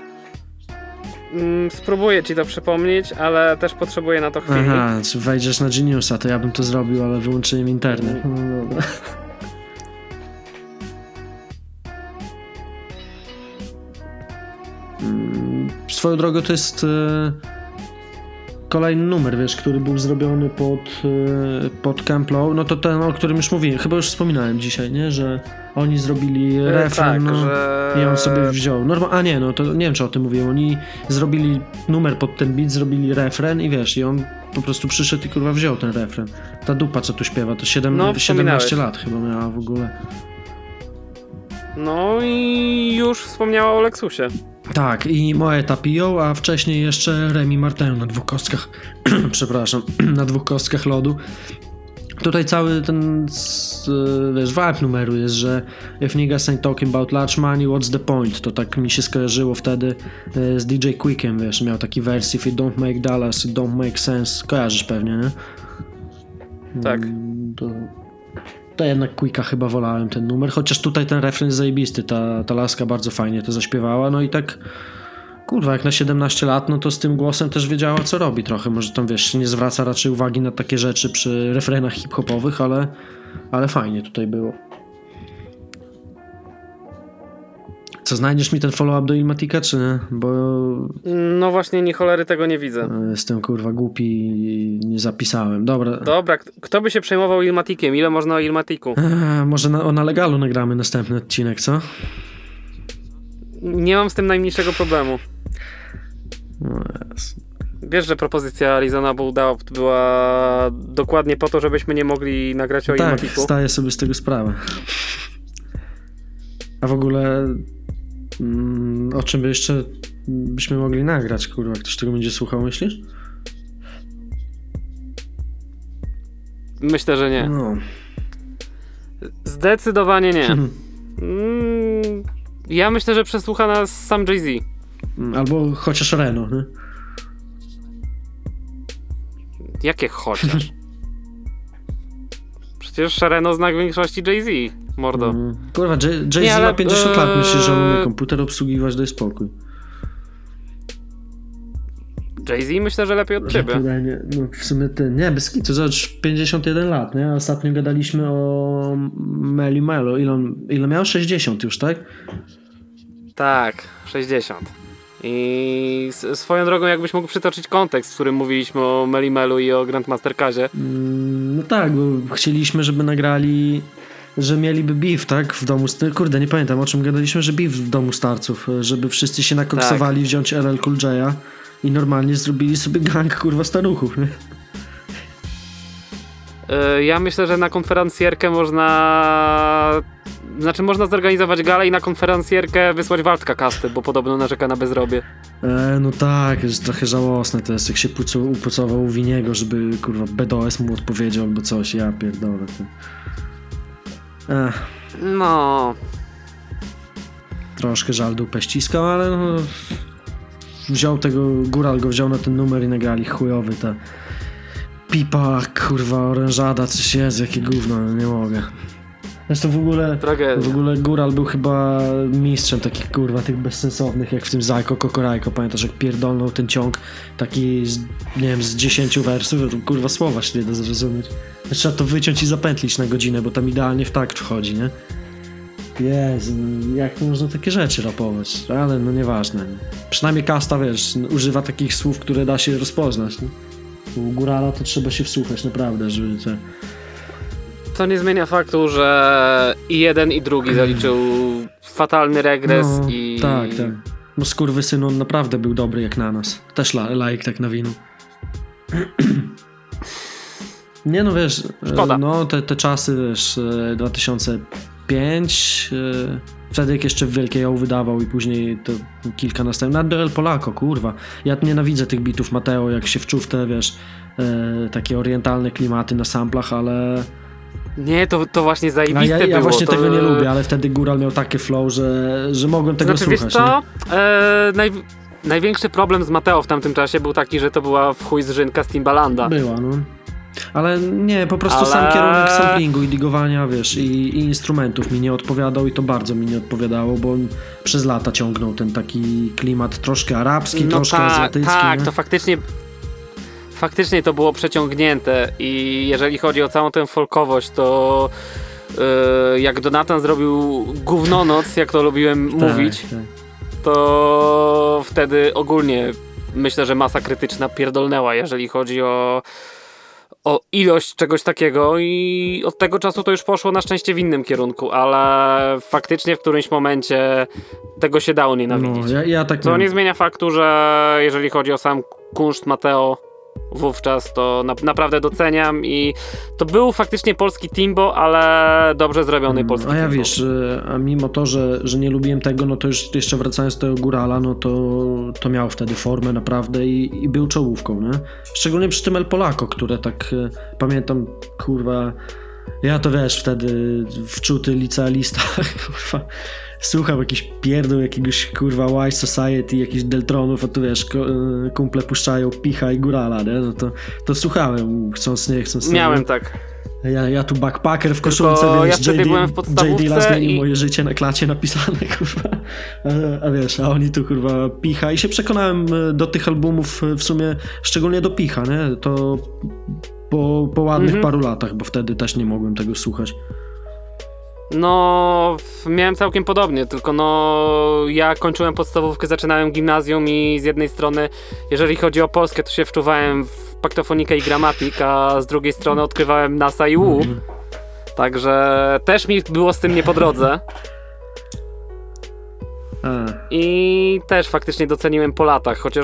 Spróbuję ci to przypomnieć, ale też potrzebuję na to chwili. Aha, czy wejdziesz na Geniusa, to ja bym to zrobił, ale wyłączyłem internet. No dobra. Swoją drogą to jest kolejny numer, wiesz, który był zrobiony pod Camp Low, no to ten, o którym już mówiłem, chyba już wspominałem dzisiaj, nie, że oni zrobili refren, tak, no, i on sobie wziął. No to nie wiem, czy o tym mówiłem, oni zrobili numer pod ten beat, zrobili refren i wiesz, i on po prostu przyszedł i kurwa wziął ten refren. Ta dupa, co tu śpiewa, to 17 lat chyba miała w ogóle. No i już wspomniała o Lexusie. Tak, i Moe Tapio, a wcześniej jeszcze Remy Martin na 2 kostkach, przepraszam, na 2 kostkach lodu. Tutaj cały ten, wiesz, vibe numeru jest, że if niggas ain't talking about large money, what's the point? To tak mi się skojarzyło wtedy z DJ Quickiem, wiesz, miał taki wers, if it don't make dollars, it don't make sense. Kojarzysz pewnie, nie? Tak. To jednak Quicka chyba wolałem ten numer, chociaż tutaj ten refren jest zajebisty, ta laska bardzo fajnie to zaśpiewała, no i tak kurwa, jak na 17 lat, no to z tym głosem też wiedziała, co robi trochę, może tam, wiesz, nie zwraca raczej uwagi na takie rzeczy przy refrenach hip-hopowych, ale fajnie tutaj było. Co, znajdziesz mi ten follow-up do Illmatica, czy nie? Bo... No właśnie, ni cholery tego nie widzę. Jestem kurwa głupi i nie zapisałem. Dobra, kto by się przejmował Illmaticiem? Ile można o Illmaticu? Może o Nelegalu nagramy następny odcinek, co? Nie mam z tym najmniejszego problemu. No yes. Wiesz, że propozycja Reasonable Doubt była dokładnie po to, żebyśmy nie mogli nagrać o Illmaticu? Tak, zdaję sobie z tego sprawę. A w ogóle o czym by jeszcze byśmy mogli nagrać, kurwa? Ktoś tego będzie słuchał, myślisz? Myślę, że nie. No. Zdecydowanie nie. Ja myślę, że przesłucha nas sam Jay-Z. Albo chociaż Reno, nie? Jakie chociaż? Przecież Reno znak większości Jay-Z, mordo. Kurwa, Jay-Z ma 50 lat, myślisz, że on umie komputer obsługiwać, daj spokój. Jay-Z myślę, że lepiej od ciebie. Nie, no w sumie nie, bez kitu, zobacz, 51 lat, nie? Ostatnio gadaliśmy o Meli Melo, ile miał? 60 już, tak? Tak, 60. I swoją drogą, jakbyś mógł przytoczyć kontekst, w którym mówiliśmy o Meli Melu i o Grandmaster Cazie. No tak, bo chcieliśmy, żeby nagrali że mieliby beef, tak? W domu, kurde, nie pamiętam o czym gadaliśmy, że beef w domu starców, żeby wszyscy się nakoksowali, wziąć LL Cool J'a i normalnie zrobili sobie gang, kurwa, staruchów, nie? Ja myślę, że na konferencjerkę można zorganizować galę i na konferencjerkę wysłać Waldka Kasty, bo podobno narzeka na bezrobię. No tak, jest trochę żałosne to jest, jak się upucował Winiego, żeby, kurwa, BDOS mu odpowiedział albo coś, ja pierdolę. No... Troszkę żal dupę ściskał, ale no... Góral go wziął na ten numer i nagrali chujowy, ta pipa, kurwa, orężada, coś jest, jakie gówno, nie mogę. Zresztą w ogóle Góral był chyba mistrzem takich, kurwa, tych bezsensownych, jak w tym Zajko Kokorajko, pamiętasz, jak pierdolnął ten ciąg taki, nie wiem, z 10 wersów, to kurwa słowa się nie da zrozumieć. Trzeba to wyciąć i zapętlić na godzinę, bo tam idealnie w takt wchodzi, nie? Jezu, jak można takie rzeczy rapować, ale no nieważne. Nie? Przynajmniej Kasta, wiesz, używa takich słów, które da się rozpoznać, nie? U Górala to trzeba się wsłuchać, naprawdę, żeby te... To nie zmienia faktu, że i jeden i drugi zaliczył fatalny regres i... Tak. Bo skurwysyn on naprawdę był dobry jak na nas. Też like tak nawinął. Nie no, wiesz, szkoda. No te czasy, wiesz, 2005, wtedy jak jeszcze w Wielkiej Ją wydawał i później to kilka następnych. Nad El Polako, kurwa. Ja nienawidzę tych bitów Mateo, jak się wczuł w te, wiesz, takie orientalne klimaty na samplach, ale... Nie, to właśnie zajebiste było. Ja właśnie tego nie lubię, ale wtedy Góral miał takie flow, że mogłem tego słuchać. Wiesz co? Największy problem z Mateo w tamtym czasie był taki, że to była w chuj zżynka z Timbalanda. Była, no. Ale nie, po prostu sam kierunek samplingu i digowania, wiesz, i instrumentów mi nie odpowiadał i to bardzo mi nie odpowiadało, bo on przez lata ciągnął ten taki klimat troszkę arabski, troszkę azjatycki. Tak, nie? To faktycznie to było przeciągnięte i jeżeli chodzi o całą tę folkowość, to jak Donatan zrobił gównonoc, jak to lubiłem mówić, to wtedy ogólnie myślę, że masa krytyczna pierdolnęła, jeżeli chodzi o ilość czegoś takiego i od tego czasu to już poszło na szczęście w innym kierunku, ale faktycznie w którymś momencie tego się dało nienawidzić. No, ja tak co nie zmienia faktu, że jeżeli chodzi o sam kunszt Mateo wówczas, to naprawdę doceniam i to był faktycznie polski Timbo, ale dobrze zrobiony polski Timbo. A ja wiesz, a mimo to, że nie lubiłem tego, no to już jeszcze wracając do tego Górala, no to miał wtedy formę naprawdę i był czołówką, nie? Szczególnie przy tym El Polako, które tak pamiętam, kurwa, ja to wiesz, wtedy wczuty licealista, kurwa, słucham jakiś pierdół jakiegoś, kurwa, Wise Society, jakichś Deltronów, a tu wiesz, kumple puszczają Picha i Górala, nie? No to słuchałem, chcąc nie. Miałem tak. Ja tu backpacker w koszulce, wiesz, ja byłem w podstawówce JD zmienił moje życie na klacie napisane, kurwa. A wiesz, a oni tu, kurwa, Picha i się przekonałem do tych albumów w sumie, szczególnie do Picha, nie? To po ładnych paru latach, bo wtedy też nie mogłem tego słuchać. No, miałem całkiem podobnie, tylko ja kończyłem podstawówkę, zaczynałem gimnazjum i z jednej strony, jeżeli chodzi o Polskę, to się wczuwałem w Paktofonikę i Gramatik, a z drugiej strony odkrywałem NASA i WU. Także też mi było z tym nie po drodze. I też faktycznie doceniłem po latach, chociaż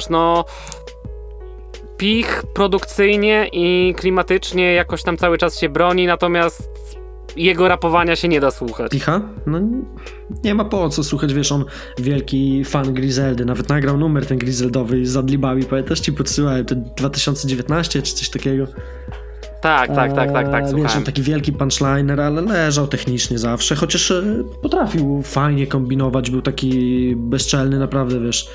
Pich produkcyjnie i klimatycznie jakoś tam cały czas się broni, natomiast jego rapowania się nie da słuchać. Picha? No nie ma po co słuchać, wiesz, on wielki fan Griseldy, nawet nagrał numer ten Griseldowy z Adlibami, pamiętasz, ci podsyłałem, to 2019 czy coś takiego. Tak, słuchałem. Wiesz, on taki wielki punchliner, ale leżał technicznie zawsze, chociaż potrafił fajnie kombinować, był taki bezczelny, naprawdę, wiesz.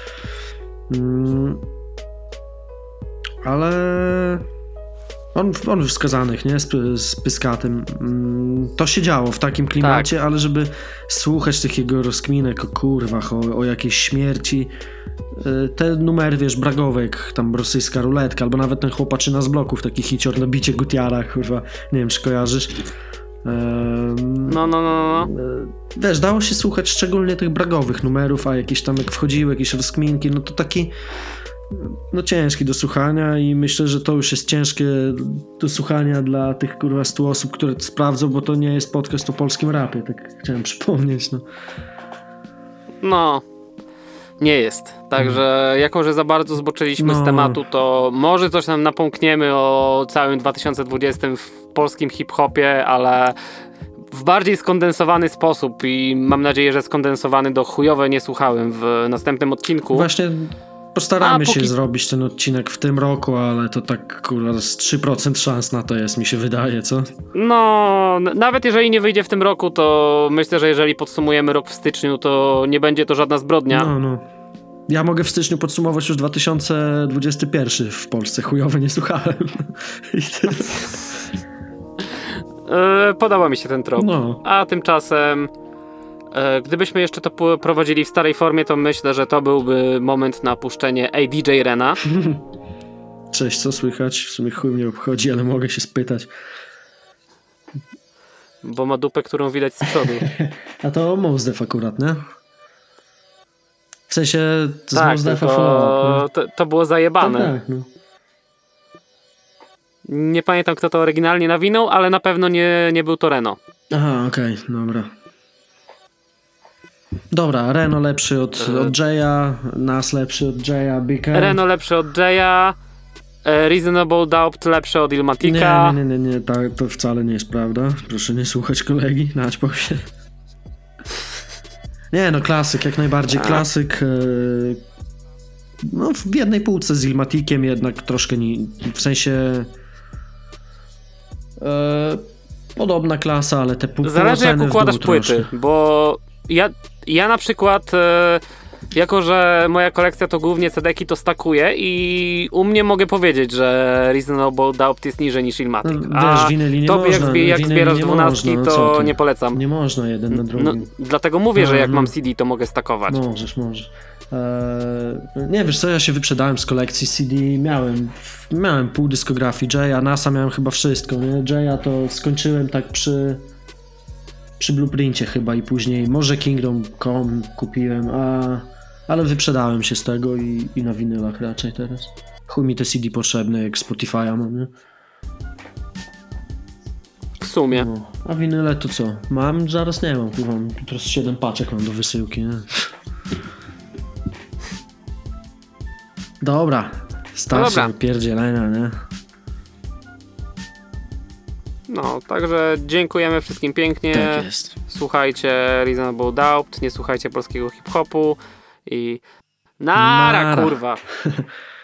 Ale... On w Skazanych, nie? Z Pyskatem. To się działo w takim klimacie, tak. Ale żeby słuchać tych jego rozkminek o kurwach, o jakiejś śmierci, te numery, wiesz, bragowe, jak tam rosyjska ruletka, albo nawet ten chłopaczyna z bloków, taki hicior na bicie Gutiara, kurwa, nie wiem, czy kojarzysz. No. Wiesz, dało się słuchać szczególnie tych bragowych numerów, a jakieś tam, jak wchodziły jakieś rozkminki, no to taki no ciężki do słuchania i myślę, że to już jest ciężkie do słuchania dla tych kurwa 100 osób, które to sprawdzą, bo to nie jest podcast o polskim rapie, tak chciałem przypomnieć, no. No, nie jest. Także jako, że za bardzo zboczyliśmy z No. tematu, to może coś nam napomkniemy o całym 2020 w polskim hip-hopie, ale w bardziej skondensowany sposób i mam nadzieję, że skondensowany do chujowe nie słuchałem w następnym odcinku. Właśnie postaramy się póki- zrobić ten odcinek w tym roku, ale to tak kurwa z 3% szans na to jest, mi się wydaje, co? No, nawet jeżeli nie wyjdzie w tym roku, to myślę, że jeżeli podsumujemy rok w styczniu, to nie będzie to żadna zbrodnia. No. Ja mogę w styczniu podsumować już 2021 w Polsce. Chujowy nie słuchałem. I tyle. Podoba mi się ten trop. No. A tymczasem, gdybyśmy jeszcze to prowadzili w starej formie, to myślę, że to byłby moment na puszczenie Ej DJ Rena. Cześć, co słychać? W sumie chuj mnie obchodzi, ale mogę się spytać. Bo ma dupę, którą widać z przodu. A to Mos Def akurat, nie? W sensie z Tak, Mos Defa tylko follow-up, to było zajebane. Tak, no. Nie pamiętam, kto to oryginalnie nawinął, ale na pewno nie był to Reno. Aha, okej, dobra. Dobra, Reno lepszy od Jaya, Nas lepszy od Jaya, Big M. Reno lepszy od Jaya, Reasonable Doubt lepszy od Illmatica. Nie, to wcale nie jest prawda. Proszę nie słuchać kolegi, naćpał się. Nie, no klasyk, jak najbardziej klasyk. No w jednej półce z Illmaticiem jednak troszkę w sensie podobna klasa, ale te pół Zależy jak oceny w układasz dół płyty, troszkę. bo ja na przykład jako, że moja kolekcja to głównie CD-ki, to stakuję i u mnie mogę powiedzieć, że Reasonable Doubt jest niżej niż Illmatic. No, wiesz, winyli nie tobie można, jak winyli zbierasz nie 12, można, no co to ty? nie polecam. Nie można jeden na drugim. No, dlatego mówię, że jak No. mam CD, to mogę stakować. Możesz. Nie wiesz co, ja się wyprzedałem z kolekcji CD, miałem pół dyskografii Jaya, Nasa miałem chyba wszystko, nie? Jaya to skończyłem tak przy Blueprincie chyba i później może Kingdom Come kupiłem, ale wyprzedałem się z tego i na winylach raczej teraz. Chuj mi te CD potrzebne, jak Spotify'a mam, nie? W sumie. No. A winyle to co? Mam? Zaraz nie mam, kurwa, jutro z 7 paczek mam do wysyłki, nie? Dobra, starszy dobra. pierdzielenia, nie? No, także dziękujemy wszystkim pięknie. Tak jest. Słuchajcie Reasonable Doubt, nie słuchajcie polskiego hip-hopu i nara. Kurwa.